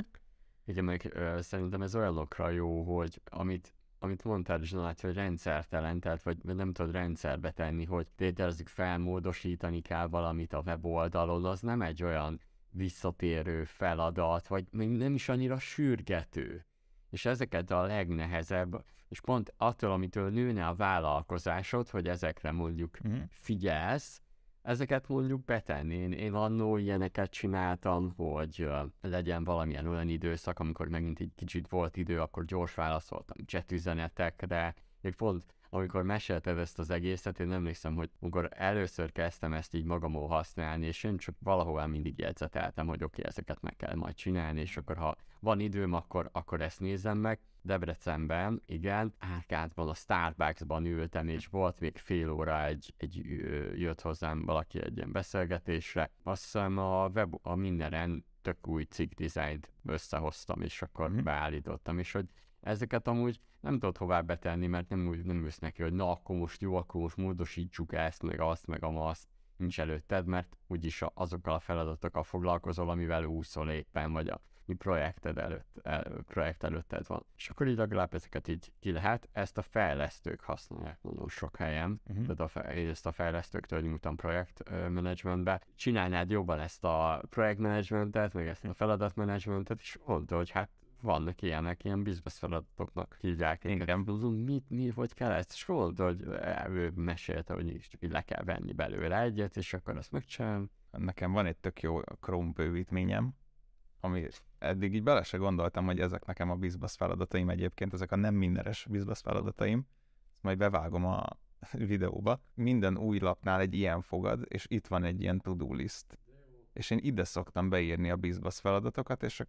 Igen, meg ö, szerintem ez olyanokra jó, hogy amit, amit mondtál Zsolát, hogy rendszertelen, tehát vagy nem tudod rendszerbe tenni, hogy tételezzük fel, módosítani kell valamit a weboldalon, az nem egy olyan visszatérő feladat, vagy még nem is annyira sürgető. És ezeket a legnehezebb, és pont attól, amitől nőne a vállalkozásod, hogy ezekre mondjuk mm. figyelsz, ezeket mondjuk betenni. Én, én annó ilyeneket csináltam, hogy uh, legyen valamilyen olyan időszak, amikor megint egy kicsit volt idő, akkor gyors válaszoltam chat üzenetekre. Még pont amikor mesélted ezt az egészet, én emlékszem, hogy amikor először kezdtem ezt így magamról használni, és én csak valahová mindig jegyzeteltem, hogy oké, okay, ezeket meg kell majd csinálni, és akkor ha van időm, akkor, akkor ezt nézem meg. Debrecenben, igen, Árkádban, a Starbucksban ültem, és volt még fél óra, egy, egy jött hozzám valaki egy ilyen beszélgetésre. Azt hiszem a web, a mindenen tök új cikk dizájnt összehoztam, és akkor mm. beállítottam, és hogy ezeket amúgy nem tudod hová betenni, mert nem úgy nem ülsz neki, hogy na akkor most jó, akkor most módosítsuk ezt, meg azt, meg azt, nincs előtted, mert úgyis azokkal a feladatokkal foglalkozol, amivel úszol éppen, vagy a mi projekted előtt, el, projekt előtted van. És akkor így legalább ezeket így ki lehet, ezt a fejlesztők használják nagyon sok helyen, uh-huh. tehát a fe, ezt a fejlesztőktől nyújtam projektmenedzsmentbe. Csinálnád jobban ezt a projektmenedzsmentet, meg ezt a feladatmenedzsmentet, és mondta, hogy hát vannak ilyenek, ilyen bizbasz feladatoknak hívják. Igen, mit, mi, hogy kell ezt? És mondta, hogy ő mesélte, hogy csak így le kell venni belőle egyet, és akkor azt megcsinálom. Nekem van egy tök jó Chrome bővítményem, ami eddig így bele se gondoltam, hogy ezek nekem a bizbasz feladataim egyébként, ezek a nem mindenes bizbasz feladataim. Ezt majd bevágom a videóba. Minden új lapnál egy ilyen fogad, és itt van egy ilyen to-do list. És én ide szoktam beírni a bizbasz feladatokat, és akkor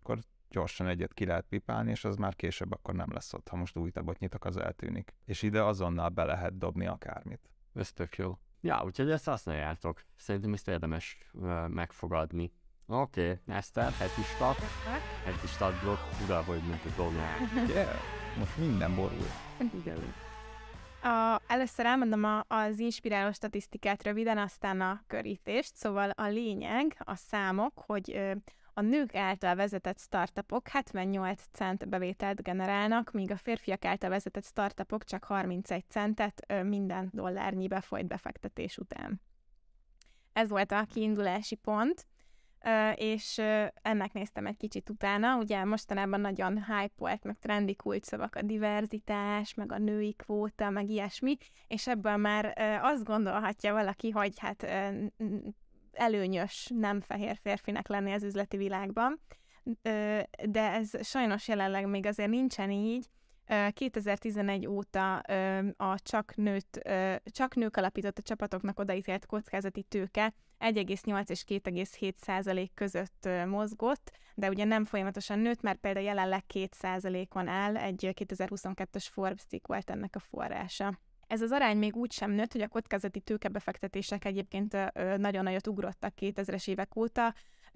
gyorsan egyet ki lehet pipálni, és az már később akkor nem lesz ott, ha most új tabot nyitok, az eltűnik. És ide azonnal be lehet dobni akármit. Ez tök jó. Ja, úgyhogy ezt használjátok. Szerintem ezt érdemes uh, megfogadni. Oké, okay. Eszter, heti stat. Heti statblokk, ura, hogy mint a dognál. Yeah. Most minden borul. Igen. A, először elmondom a, az inspiráló statisztikát röviden, aztán a körítést. Szóval a lényeg, a számok, hogy ö, a nők által vezetett startupok hetvennyolc cent bevételt generálnak, míg a férfiak által vezetett startupok csak harmincegy centet ö, minden dollárnyi befolyt befektetés után. Ez volt a kiindulási pont. Uh, és uh, ennek néztem egy kicsit utána, ugye mostanában nagyon hype-olt, meg trendi kulcsszavak a diverzitás, meg a női kvóta, meg ilyesmi, és ebből már uh, azt gondolhatja valaki, hogy hát uh, előnyös nem fehér férfinek lenni az üzleti világban, uh, de ez sajnos jelenleg még azért nincsen így. Uh, kétezer-tizenegy óta uh, a csak, nőt, uh, csak nők alapított a csapatoknak odaítélt kockázati tőke egy egész nyolc és két egész hét százalék között mozgott, de ugye nem folyamatosan nőtt, mert például jelenleg két százalékon áll, egy kétezer-huszonkettes Forbes cikk volt ennek a forrása. Ez az arány még úgy sem nőtt, hogy a kockázati tőkebefektetések egyébként nagyon nagyot ugrottak kétezres évek óta,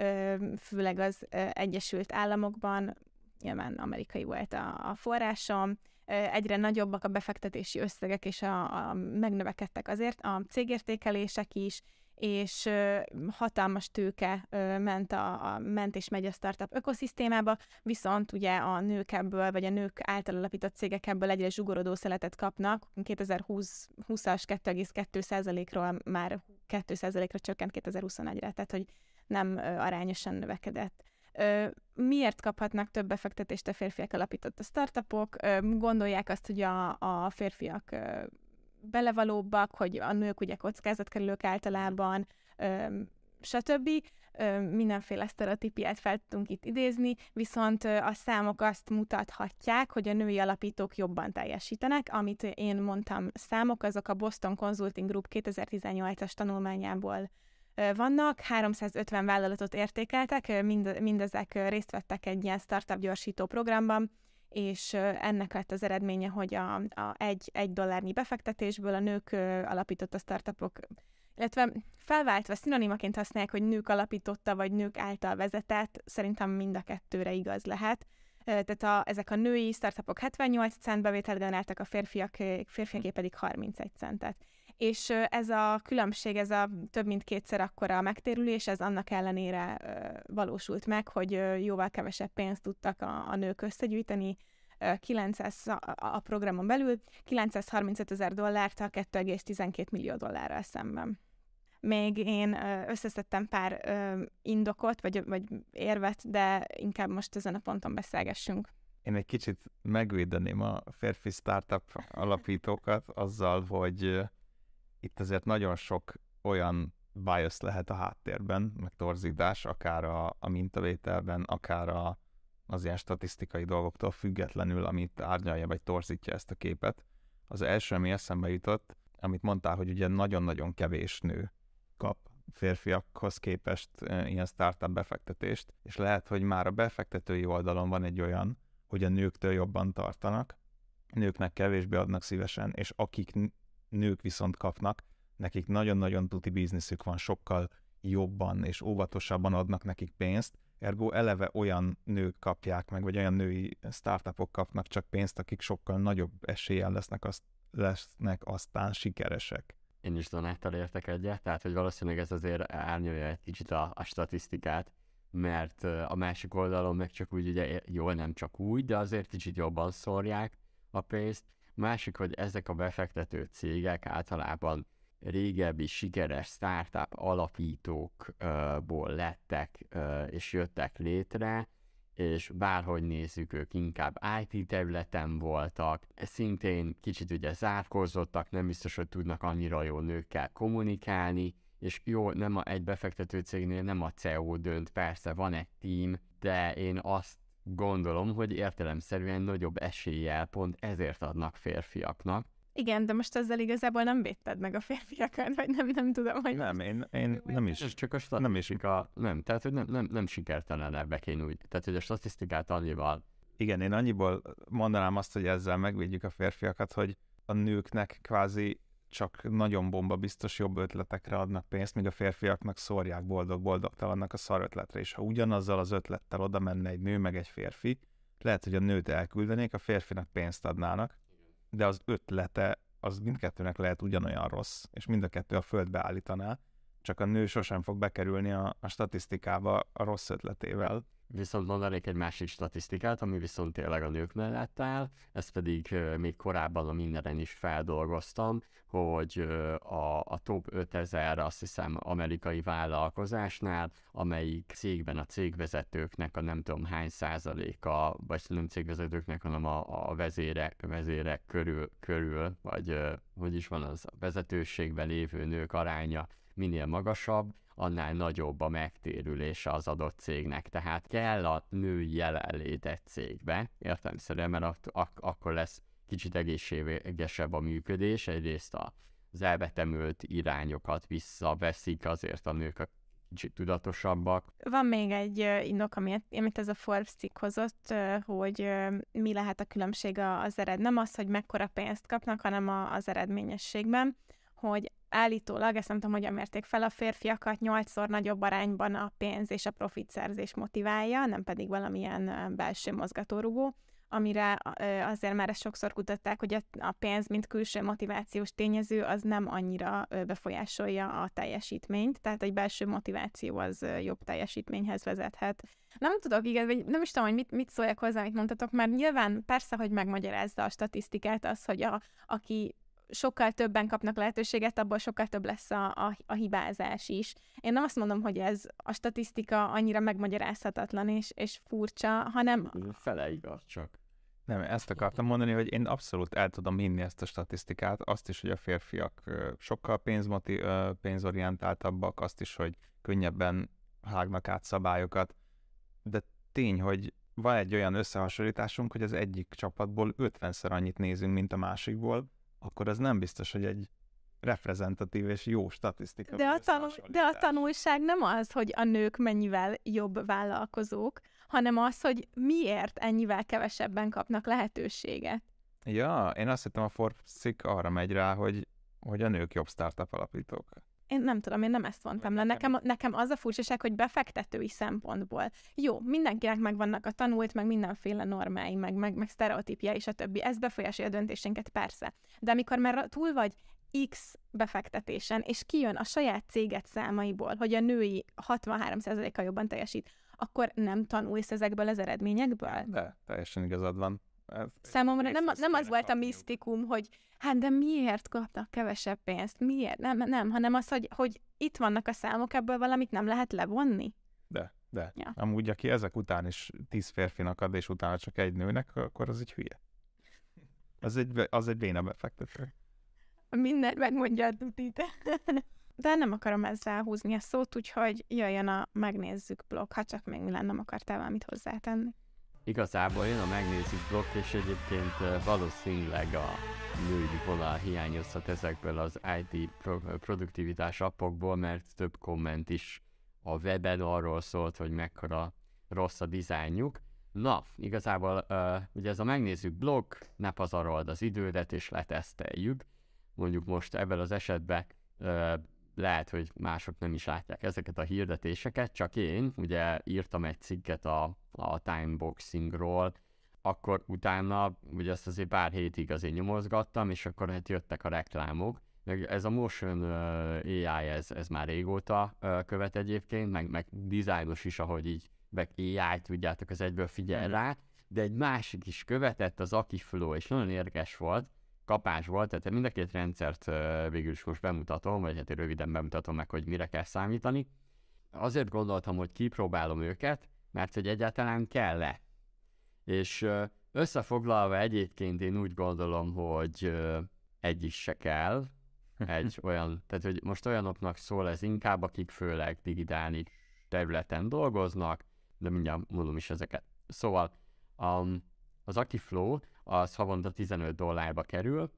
főleg az Egyesült Államokban, nyilván amerikai volt a, a forrásom, egyre nagyobbak a befektetési összegek, és a, a megnövekedtek azért a cégértékelések is, és ö, hatalmas tőke ö, ment, a, a, ment és megy a startup ökoszisztémába, viszont ugye a nők ebből, vagy a nők által alapított cégek ebből egyre zsugorodó szeletet kapnak. kétezer-húszas kettő egész kettő százalékról már két százalékra csökkent kétezer-huszonegyre, tehát hogy nem ö, arányosan növekedett. Ö, miért kaphatnak több befektetést a férfiak alapított a startupok? Ö, gondolják azt, hogy a, a férfiak ö, belevalóbbak, hogy a nők ugye kockázatkerülők általában, ö, stb. Ö, mindenféle sztereotípiát fel tudunk itt idézni, viszont ö, a számok azt mutathatják, hogy a női alapítók jobban teljesítenek. Amit én mondtam számok, azok a Boston Consulting Group kétezer-tizennyolcas tanulmányából ö, vannak, háromszázötven vállalatot értékeltek, mind, mindezek részt vettek egy ilyen startup gyorsító programban, és ennek lett az eredménye, hogy a, a egy, egy dollárnyi befektetésből a nők alapított a startupok, illetve felváltva szinonimaként használják, hogy nők alapította, vagy nők által vezetett, szerintem mind a kettőre igaz lehet. Tehát a, ezek a női startupok hetvennyolc cent bevételt generáltak, a férfiak, férfiaké pedig harmincegy centet. És ez a különbség, ez a több mint kétszer akkora a megtérülés, ez annak ellenére valósult meg, hogy jóval kevesebb pénzt tudtak a, a nők összegyűjteni, kilencszáz a programon belül, kilencszázharmincöt ezer dollárt a két egész tizenkét millió dollárral szemben. Még én összeszedtem pár indokot, vagy, vagy érvet, de inkább most ezen a ponton beszélgessünk. Én egy kicsit megvédeném a férfi startup alapítókat azzal, hogy itt azért nagyon sok olyan bias lehet a háttérben, meg torzítás, akár a, a mintavételben, akár a, az ilyen statisztikai dolgoktól függetlenül, amit árnyalja vagy torzítja ezt a képet. Az első, ami eszembe jutott, amit mondtál, hogy ugye nagyon-nagyon kevés nő kap férfiakhoz képest e, ilyen startup befektetést, és lehet, hogy már a befektetői oldalon van egy olyan, hogy a nőktől jobban tartanak, nőknek kevésbé adnak szívesen, és akik nők viszont kapnak, nekik nagyon-nagyon tuti bizniszük van, sokkal jobban és óvatosabban adnak nekik pénzt, ergo eleve olyan nők kapják meg, vagy olyan női startupok kapnak csak pénzt, akik sokkal nagyobb eséllyel lesznek, azt, lesznek aztán sikeresek. Én is Donáttal értek egyet, tehát hogy valószínűleg ez azért árnyalja egy kicsit a, a statisztikát, mert a másik oldalon meg csak úgy, ugye jól nem csak úgy, de azért kicsit jobban szórják a pénzt. Másik, hogy ezek a befektető cégek általában régebbi sikeres startup alapítókból lettek és jöttek létre, és bárhogy nézzük, ők inkább i té területen voltak, szintén kicsit ugye zárkózottak, nem biztos, hogy tudnak annyira jó nőkkel kommunikálni, és jó, nem a, egy befektető cégnél nem a cé e o dönt, persze van egy team, de én azt gondolom, hogy értelemszerűen nagyobb eséllyel pont ezért adnak férfiaknak, Igen, de most ezzel igazából nem védted meg a férfiakat, vagy nem, nem tudom, hogy... Nem, én, én nem is. Ez csak a statisztika, nem, nem tehát hogy nem, nem, nem sikertelenebbek én úgy. Tehát, hogy a statisztikát annyival. Igen, én annyiból mondanám azt, hogy ezzel megvédjük a férfiakat, hogy a nőknek kvázi csak nagyon bomba biztos jobb ötletekre adnak pénzt, míg a férfiaknak szórják boldog-boldogtalannak a szar ötletre. És ha ugyanazzal az ötlettel oda menne egy nő meg egy férfi, lehet, hogy a nőt elküldenék, a férfinak pénzt adnának, de az ötlete az mindkettőnek lehet ugyanolyan rossz, és mind a kettő a földbe állítaná, csak a nő sosem fog bekerülni a, a statisztikába a rossz ötletével. Viszont mondanék egy másik statisztikát, ami viszont tényleg a nők mellett áll, ezt pedig uh, még korábban a Mindenen is feldolgoztam, hogy uh, a, a top ötezer, azt hiszem, amerikai vállalkozásnál, amelyik cégben a cégvezetőknek a nem tudom hány százaléka, vagy nem cégvezetőknek, hanem a, a vezérek, vezérek körül, körül, vagy uh, hogy is van az a vezetőségben lévő nők aránya minél magasabb, annál nagyobb a megtérülése az adott cégnek. Tehát kell a női jelenlét egy cégbe, értelemszerűen, mert ak- ak- akkor lesz kicsit egészségesebb a működés. Egyrészt az elvetemült irányokat visszaveszik, azért a nők a kicsit tudatosabbak. Van még egy uh, indok, amit, amit ez a Forbes cikk hozott, uh, hogy uh, mi lehet a különbség az ered. Nem az, hogy mekkora pénzt kapnak, hanem a, az eredményességben, hogy állítólag, ezt nem tudom, hogyan mérték fel, a férfiakat nyolcszor nagyobb arányban a pénz és a profitszerzés motiválja, nem pedig valamilyen belső mozgatórugó, amire azért már ezt sokszor kutatták, hogy a pénz, mint külső motivációs tényező, az nem annyira befolyásolja a teljesítményt, tehát egy belső motiváció az jobb teljesítményhez vezethet. Nem tudok, igen, vagy nem is tudom, hogy mit, mit szóljak hozzá, amit mondtatok, mert nyilván persze, hogy megmagyarázza a statisztikát az, hogy a, aki sokkal többen kapnak lehetőséget, abból sokkal több lesz a, a, a hibázás is. Én nem azt mondom, hogy ez a statisztika annyira megmagyarázhatatlan és, és furcsa, hanem... Fele igaz csak. Nem, ezt akartam mondani, hogy én abszolút el tudom hinni ezt a statisztikát, azt is, hogy a férfiak sokkal pénzmoti, pénzorientáltabbak, azt is, hogy könnyebben hágnak át szabályokat, de tény, hogy van egy olyan összehasonlításunk, hogy az egyik csapatból ötvenszer annyit nézünk, mint a másikból, akkor az nem biztos, hogy egy reprezentatív és jó statisztika. De a, tanul, de a tanulság nem az, hogy a nők mennyivel jobb vállalkozók, hanem az, hogy miért ennyivel kevesebben kapnak lehetőséget. Ja, én azt hittem, a Forbes cikk arra megy rá, hogy, hogy a nők jobb startup alapítók. Én nem tudom, én nem ezt mondtam le. Nekem, nekem az a furcsaság, hogy befektetői szempontból. Jó, mindenkinek megvannak a tanult, meg mindenféle normái, meg, meg, meg sztereotípia és a többi. Ez befolyásolja a döntésénket, persze. De amikor már túl vagy X befektetésen, és kijön a saját céget számaiból, hogy a női hatvanhárom százalékkal jobban teljesít, akkor nem tanulsz ezekből az eredményekből? De, teljesen igazad van. Ez Számomra nem, nem az volt a misztikum, hogy hát de miért kapnak kevesebb pénzt? Miért? Nem, nem, hanem az, hogy, hogy itt vannak a számok, ebből valamit nem lehet levonni. De, de. Ja. Amúgy, aki ezek után is tíz férfinak ad, és utána csak egy nőnek, akkor az egy hülye. Az egy, az egy béna befektető. Mindent megmondja a tutit. De nem akarom ezzel húzni a szót, úgyhogy jöjjön a Megnézzük blog, ha csak még Milán nem akartál valamit hozzátenni. Igazából jön a Megnézzük blog, és egyébként valószínűleg a női vonal hiányozhat ezekből az i té pro- produktivitás appokból, mert több komment is a weben arról szólt, hogy mekkora rossz a dizájnjuk. Na, igazából uh, ugye ez a Megnézzük blog, ne pazarold az idődet és leteszteljük. Mondjuk most ebben az esetben uh, lehet, hogy mások nem is látják ezeket a hirdetéseket, csak én ugye írtam egy cikket a, a timeboxingról, akkor utána ugye ezt azért pár hétig azért nyomozgattam, és akkor hát jöttek a reklámok. Meg ez a Motion uh, á i, ez, ez már régóta uh, követ egyébként, meg, meg dizájnos is, ahogy így meg á i, tudjátok, az egyből figyel rá, de egy másik is követett, az Akiflow, és nagyon érdekes volt, kapás volt, tehát mind a két rendszert uh, végül is most bemutatom, vagy hát röviden bemutatom meg, hogy mire kell számítani. Azért gondoltam, hogy kipróbálom őket, mert hogy egyáltalán kell-e. És uh, összefoglalva egyébként én úgy gondolom, hogy uh, egy is se kell, egy olyan, tehát hogy most olyanoknak szól ez inkább, akik főleg digitális területen dolgoznak, de mindjárt mondom is ezeket. Szóval um, az Akiflow az havonta tizenöt dollárba kerül,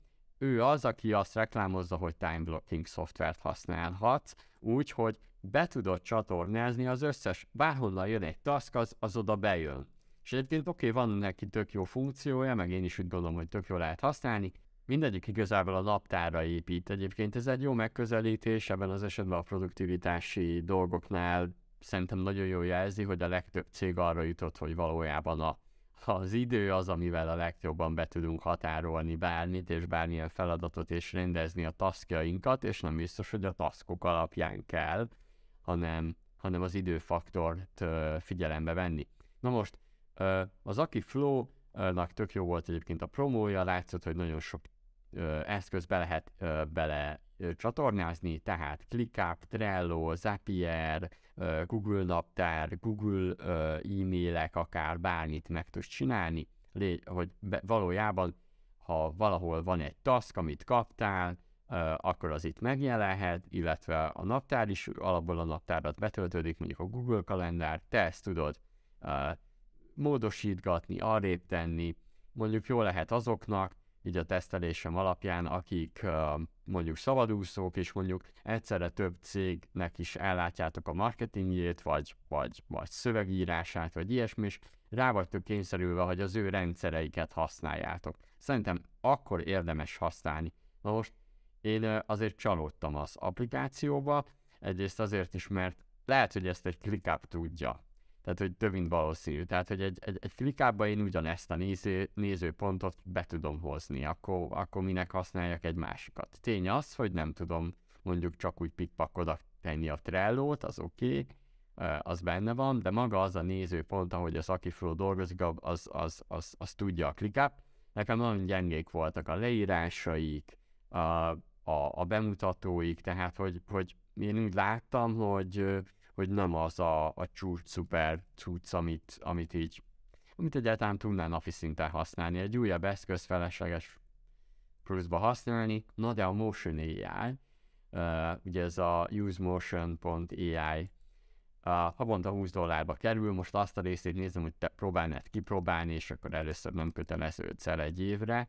ő az, aki azt reklámozza, hogy time blocking szoftvert használhatsz, úgyhogy be tudod csatornázni az összes, bárhonnan jön egy task, az, az oda bejön. És egyébként oké, okay, van neki tök jó funkciója, meg én is úgy gondolom, hogy tök jól lehet használni. Mindegyik igazából a naptárra épít. Egyébként ez egy jó megközelítés, ebben az esetben a produktivitási dolgoknál szerintem nagyon jól jelzi, hogy a legtöbb cég arra jutott, hogy valójában a, az idő az, amivel a legjobban be tudunk határolni bármit, és bármilyen feladatot, és rendezni a taskjainkat, és nem biztos, hogy a taskok alapján kell, hanem, hanem az időfaktort uh, figyelembe venni. Na most, uh, az Aki Flow-nak tök jó volt egyébként a promója, látszott, hogy nagyon sok uh, eszköz be lehet uh, bele uh, csatornázni, tehát ClickUp, Trello, Zapier, uh, Google Naptár, Google uh, e-mailek, akár bármit meg tudsz csinálni, Lé- hogy be, valójában, ha valahol van egy task, amit kaptál, Uh, akkor az itt megjelenhet, illetve a naptár is, alapból a naptárat betöltődik, mondjuk a Google kalendár, te ezt tudod uh, módosítgatni, arrébb tenni, mondjuk jó lehet azoknak, így a tesztelésem alapján, akik uh, mondjuk szabadúszók, és mondjuk egyszerre több cégnek is ellátjátok a marketingjét, vagy, vagy, vagy szövegírását, vagy ilyesmi, és rá vagytok kényszerülve, hogy az ő rendszereiket használjátok. Szerintem akkor érdemes használni. Na most én azért csalódtam az applikációba, egyrészt azért is, mert lehet, hogy ezt egy ClickUp tudja. Tehát, hogy több mint valószínű. Tehát, hogy egy, egy, egy ClickUpba én ugyanezt a néző, nézőpontot be tudom hozni, akkor, akkor minek használjak egy másikat. Tény az, hogy nem tudom mondjuk csak úgy pikpak oda tenni a Trello-t, az oké, okay, az benne van, de maga az a nézőpont, ahogy az Aki Flow dolgozik, az, az, az, az, az tudja a ClickUp. Nekem nagyon gyengék voltak a leírásaik, a, a, a bemutatóik, tehát hogy, hogy én úgy láttam, hogy, hogy nem az a, a csúcs szuper cucc, amit, amit így, amit egyáltalán tudnál napi szinten használni. Egy újabb eszköz felesleges pluszba használni, na de a Motion á i, uh, ugye ez a usemotion pont á i, uh, havonta húsz dollárba kerül, most azt a részét nézem, hogy te próbálnád kipróbálni, és akkor először nem kötelező ötszer egy évre.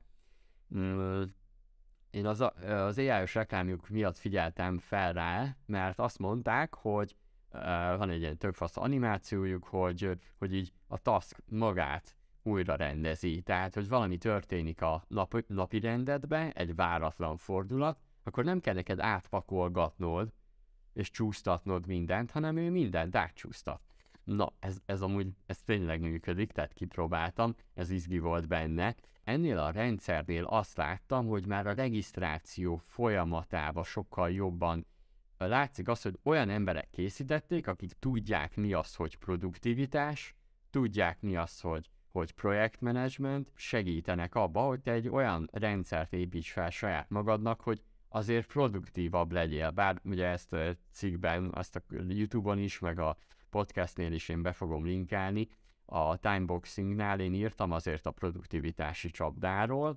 Mm, Én az, az á i-os reklámjuk miatt figyeltem fel rá, mert azt mondták, hogy uh, van egy ilyen tök fasz animációjuk, hogy, hogy így a task magát újra rendezi. Tehát, hogy valami történik a nap, napi rendedbe, egy váratlan fordulat, akkor nem kell neked átpakolgatnod és csúsztatnod mindent, hanem ő mindent átcsúsztat. Na, ez, ez amúgy, ez tényleg működik, tehát kipróbáltam, ez izgi volt benne. Ennél a rendszernél azt láttam, hogy már a regisztráció folyamatában sokkal jobban látszik az, hogy olyan emberek készítették, akik tudják mi az, hogy produktivitás, tudják mi az, hogy, hogy projektmenedzsment, segítenek abba, hogy te egy olyan rendszert építs fel saját magadnak, hogy azért produktívabb legyél. Bár ugye ezt a cikkben, azt a YouTube-on is, meg a podcastnél is én be fogom linkálni, a timeboxingnál én írtam azért a produktivitási csapdáról,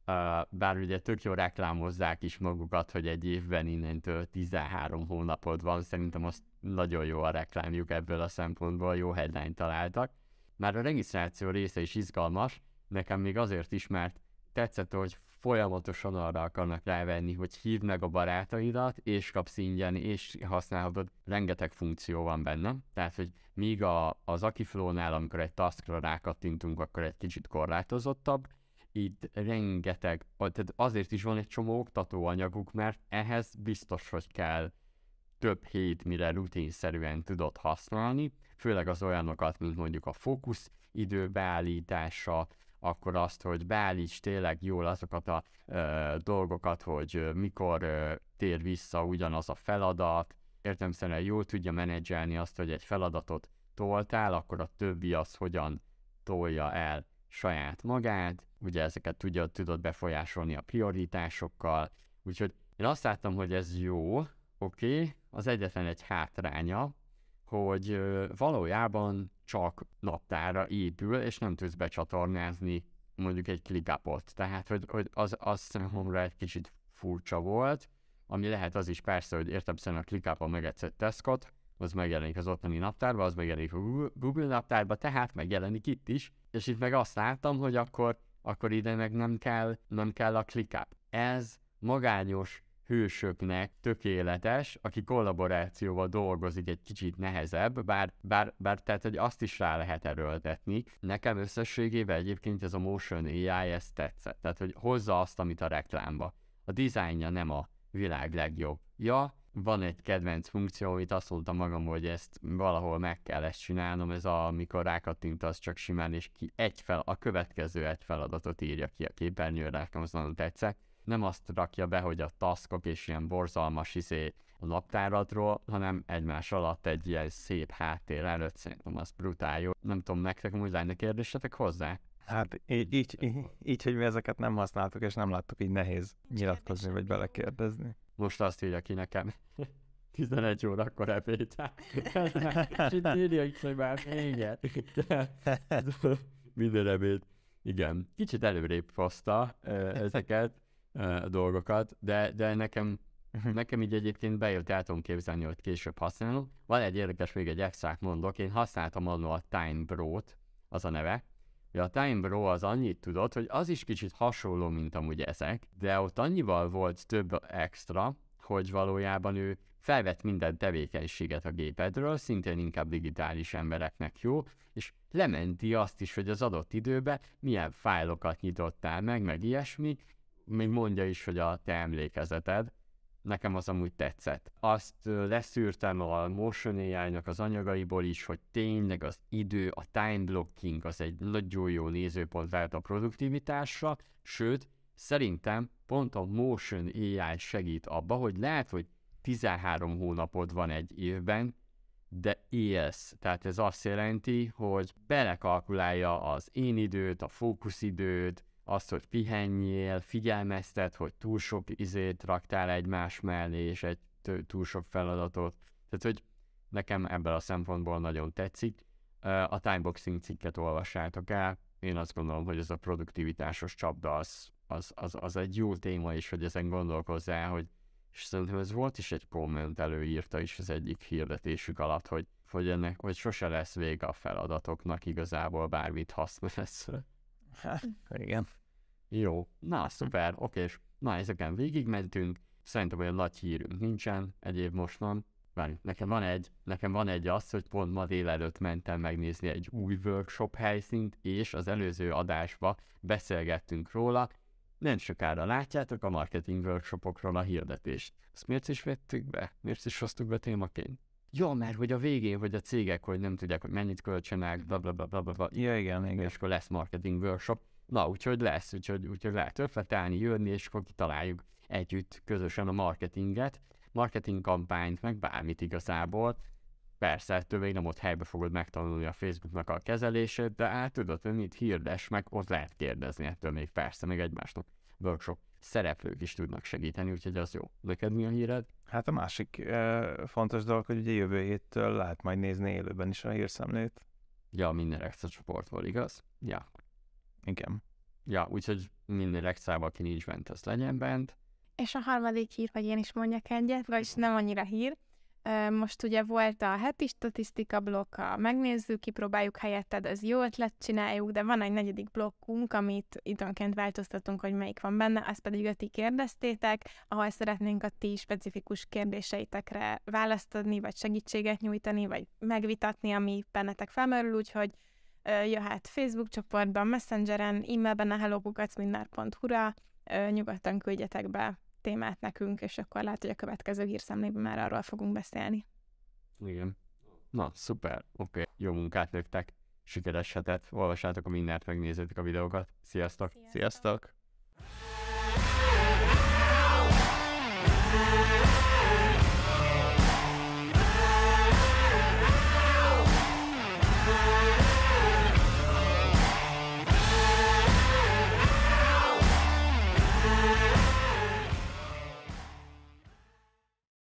bár ugye tök jól reklámozzák is magukat, hogy egy évben innentől tizenhárom hónapod van, szerintem azt nagyon jó a reklámjuk ebből a szempontból, jó headline találtak. Már a regisztráció része is izgalmas, nekem még azért is, mert tetszett, hogy folyamatosan arra akarnak rávenni, hogy hívd meg a barátaidat, és kapsz ingyen, és használhatod, rengeteg funkció van benne. Tehát, hogy míg a, az Aki Flow-nál, amikor egy taskra rákattintunk, akkor egy kicsit korlátozottabb, itt rengeteg, tehát azért is van egy csomó oktatóanyaguk, mert ehhez biztos, hogy kell több hét, mire rutinszerűen tudod használni, főleg az olyanokat, mint mondjuk a fókusz idő beállítása, akkor azt, hogy beállíts tényleg jól azokat a ö, dolgokat, hogy ö, mikor ö, tér vissza ugyanaz a feladat, értelemszerűen jól tudja menedzselni azt, hogy egy feladatot toltál, akkor a többi az hogyan tolja el saját magát, ugye ezeket tudja, tudod befolyásolni a prioritásokkal, úgyhogy én azt láttam, hogy ez jó, oké, okay, az egyetlen egy hátránya, hogy ö, valójában csak naptárra épül, és nem tudsz becsatornázni mondjuk egy ClickUpot. Tehát, hogy, hogy az, az számomra egy kicsit furcsa volt, ami lehet az is persze, hogy értelemszerűen a ClickUpon megetszett taskot, az megjelenik az ottani naptárba, az megjelenik a Google, Google naptárba, tehát megjelenik itt is, és itt meg azt láttam, hogy akkor, akkor ide meg nem kell, nem kell a ClickUp. ez magányos hősöknek tökéletes, aki kollaborációval dolgozik, egy kicsit nehezebb, bár, bár, bár tehát, hogy azt is rá lehet erőltetni. Nekem összességében egyébként ez a Motion á i, ez tetszett. Tehát, hogy hozza azt, amit a reklámba. A dizájnja nem a világ legjobb. Ja, van egy kedvenc funkció, amit azt mondtam magam, hogy ezt valahol meg kell ezt csinálnom, ez a, amikor rákattintasz csak simán, és ki egy fel, a következő egy feladatot írja ki a képernyőre, nekem az nagyon tetszett. Nem azt rakja be, hogy a taskok és ilyen borzalmas izé a naptáradról, hanem egymás alatt egy ilyen szép háttér előtt, szerintem az brutál jó. Nem tudom, nektek úgy lenne kérdésetek hozzá? Hát így, így, így, így, hogy mi ezeket nem használtuk, és nem láttuk, így nehéz nyilatkozni, vagy belekérdezni. Most azt írja ki nekem. tizenegy órakor ebédál. És itt írja is, hogy már igen. Minden ebéd. Igen. Kicsit előrébb hozta ezeket a dolgokat, de, de nekem, nekem így egyébként bejött, el tudom képzelni, hogy később használom. Van egy érdekes, még egy extrát mondok, én használtam annól a Time Bro-t, az a neve. A Time Bro az annyit tudott, hogy az is kicsit hasonló, mint amúgy ezek, de ott annyival volt több extra, hogy valójában ő felvett minden tevékenységet a gépedről, szintén inkább digitális embereknek jó, és lementi azt is, hogy az adott időben milyen fájlokat nyitottál meg, meg ilyesmi, még mondja is, hogy a te emlékezeted. Nekem az amúgy tetszett. Azt leszűrtem a Motion á i-nak az anyagaiból is, hogy tényleg az idő, a time blocking az egy nagyon jó nézőpont lehet a produktivitásra, sőt, szerintem pont a Motion á i segít abba, hogy lehet, hogy tizenhárom hónapod van egy évben, de élsz. Tehát ez azt jelenti, hogy belekalkulálja az én időt, a fókuszidőt, azt, hogy pihenjél, figyelmeztet, hogy túl sok izét raktál egymás mellé, és egy túl sok feladatot. Tehát, hogy nekem ebből a szempontból nagyon tetszik. A timeboxing cikket olvassátok el. Én azt gondolom, hogy ez a produktivitásos csapda az, az, az, az egy jó téma is, hogy ezen gondolkozzál, hogy és szerintem ez volt is egy komment, előírta is az egyik hirdetésük alatt, hogy, hogy ennek, hogy sose lesz vége a feladatoknak, igazából bármit használsz. Hát, igen. Jó, na szuper, oké, és na ezeken végigmentünk, szerintem olyan nagy hírünk nincsen, egyéb most van. Várj, nekem van egy, nekem van egy az, hogy pont ma délelőtt mentem megnézni egy új workshop helyszínt, és az előző adásba beszélgettünk róla. Nem sokára látjátok a marketing workshopokról a hirdetést. Ezt miért is vettük be? Miért is hoztuk be témaként? Jó, mert hogy a végén, hogy a cégek, hogy nem tudják, hogy mennyit költsenek, bla bla bla bla bla. Ja, igen, igen. És akkor lesz marketing workshop. Na, úgyhogy lesz, úgyhogy, úgyhogy lehet ötletelni, jönni, és akkor kitaláljuk együtt közösen a marketinget, marketing kampányt, meg bármit igazából. Persze, ettől még nem ott helybe fogod megtanulni a Facebooknak a kezelését, de hát tudod, hogy mit hirdes, meg ott lehet kérdezni ettől még persze, még egymásnak workshop szereplők is tudnak segíteni, úgyhogy az jó. Neked mi a híred? Hát a másik eh, fontos dolog, hogy ugye jövő héttől lehet majd nézni élőben is a hírszemlét. Ja, minden extra csoportból, igaz? Ja. Igen. Ja, úgyhogy minden extrával, aki nincs bent, az legyen bent. És a harmadik hír, hogy én is mondjak egyet, vagyis nem annyira hír. Most ugye volt a heti statisztika blokk, a megnézzük, kipróbáljuk helyetted, ez jó ötlet, csináljuk, de van egy negyedik blokkunk, amit időnként változtatunk, hogy melyik van benne, azt pedig a ti kérdeztétek, ahol szeretnénk a ti specifikus kérdéseitekre választ adni, vagy segítséget nyújtani, vagy megvitatni, ami bennetek felmerül, úgyhogy jöhet Facebook csoportban, Messengeren, e-mailben a hello kukac mindnar pont hu-ra, nyugodtan küldjetek be témát nekünk, és akkor lehet, hogy a következő hírszemlében már arról fogunk beszélni. Igen. Na, szuper. Oké. Okay. Jó munkát nektek. Sikeres hetet. Olvassátok a mindent, megnézzétek a videókat. Sziasztok! Sziasztok! Sziasztok.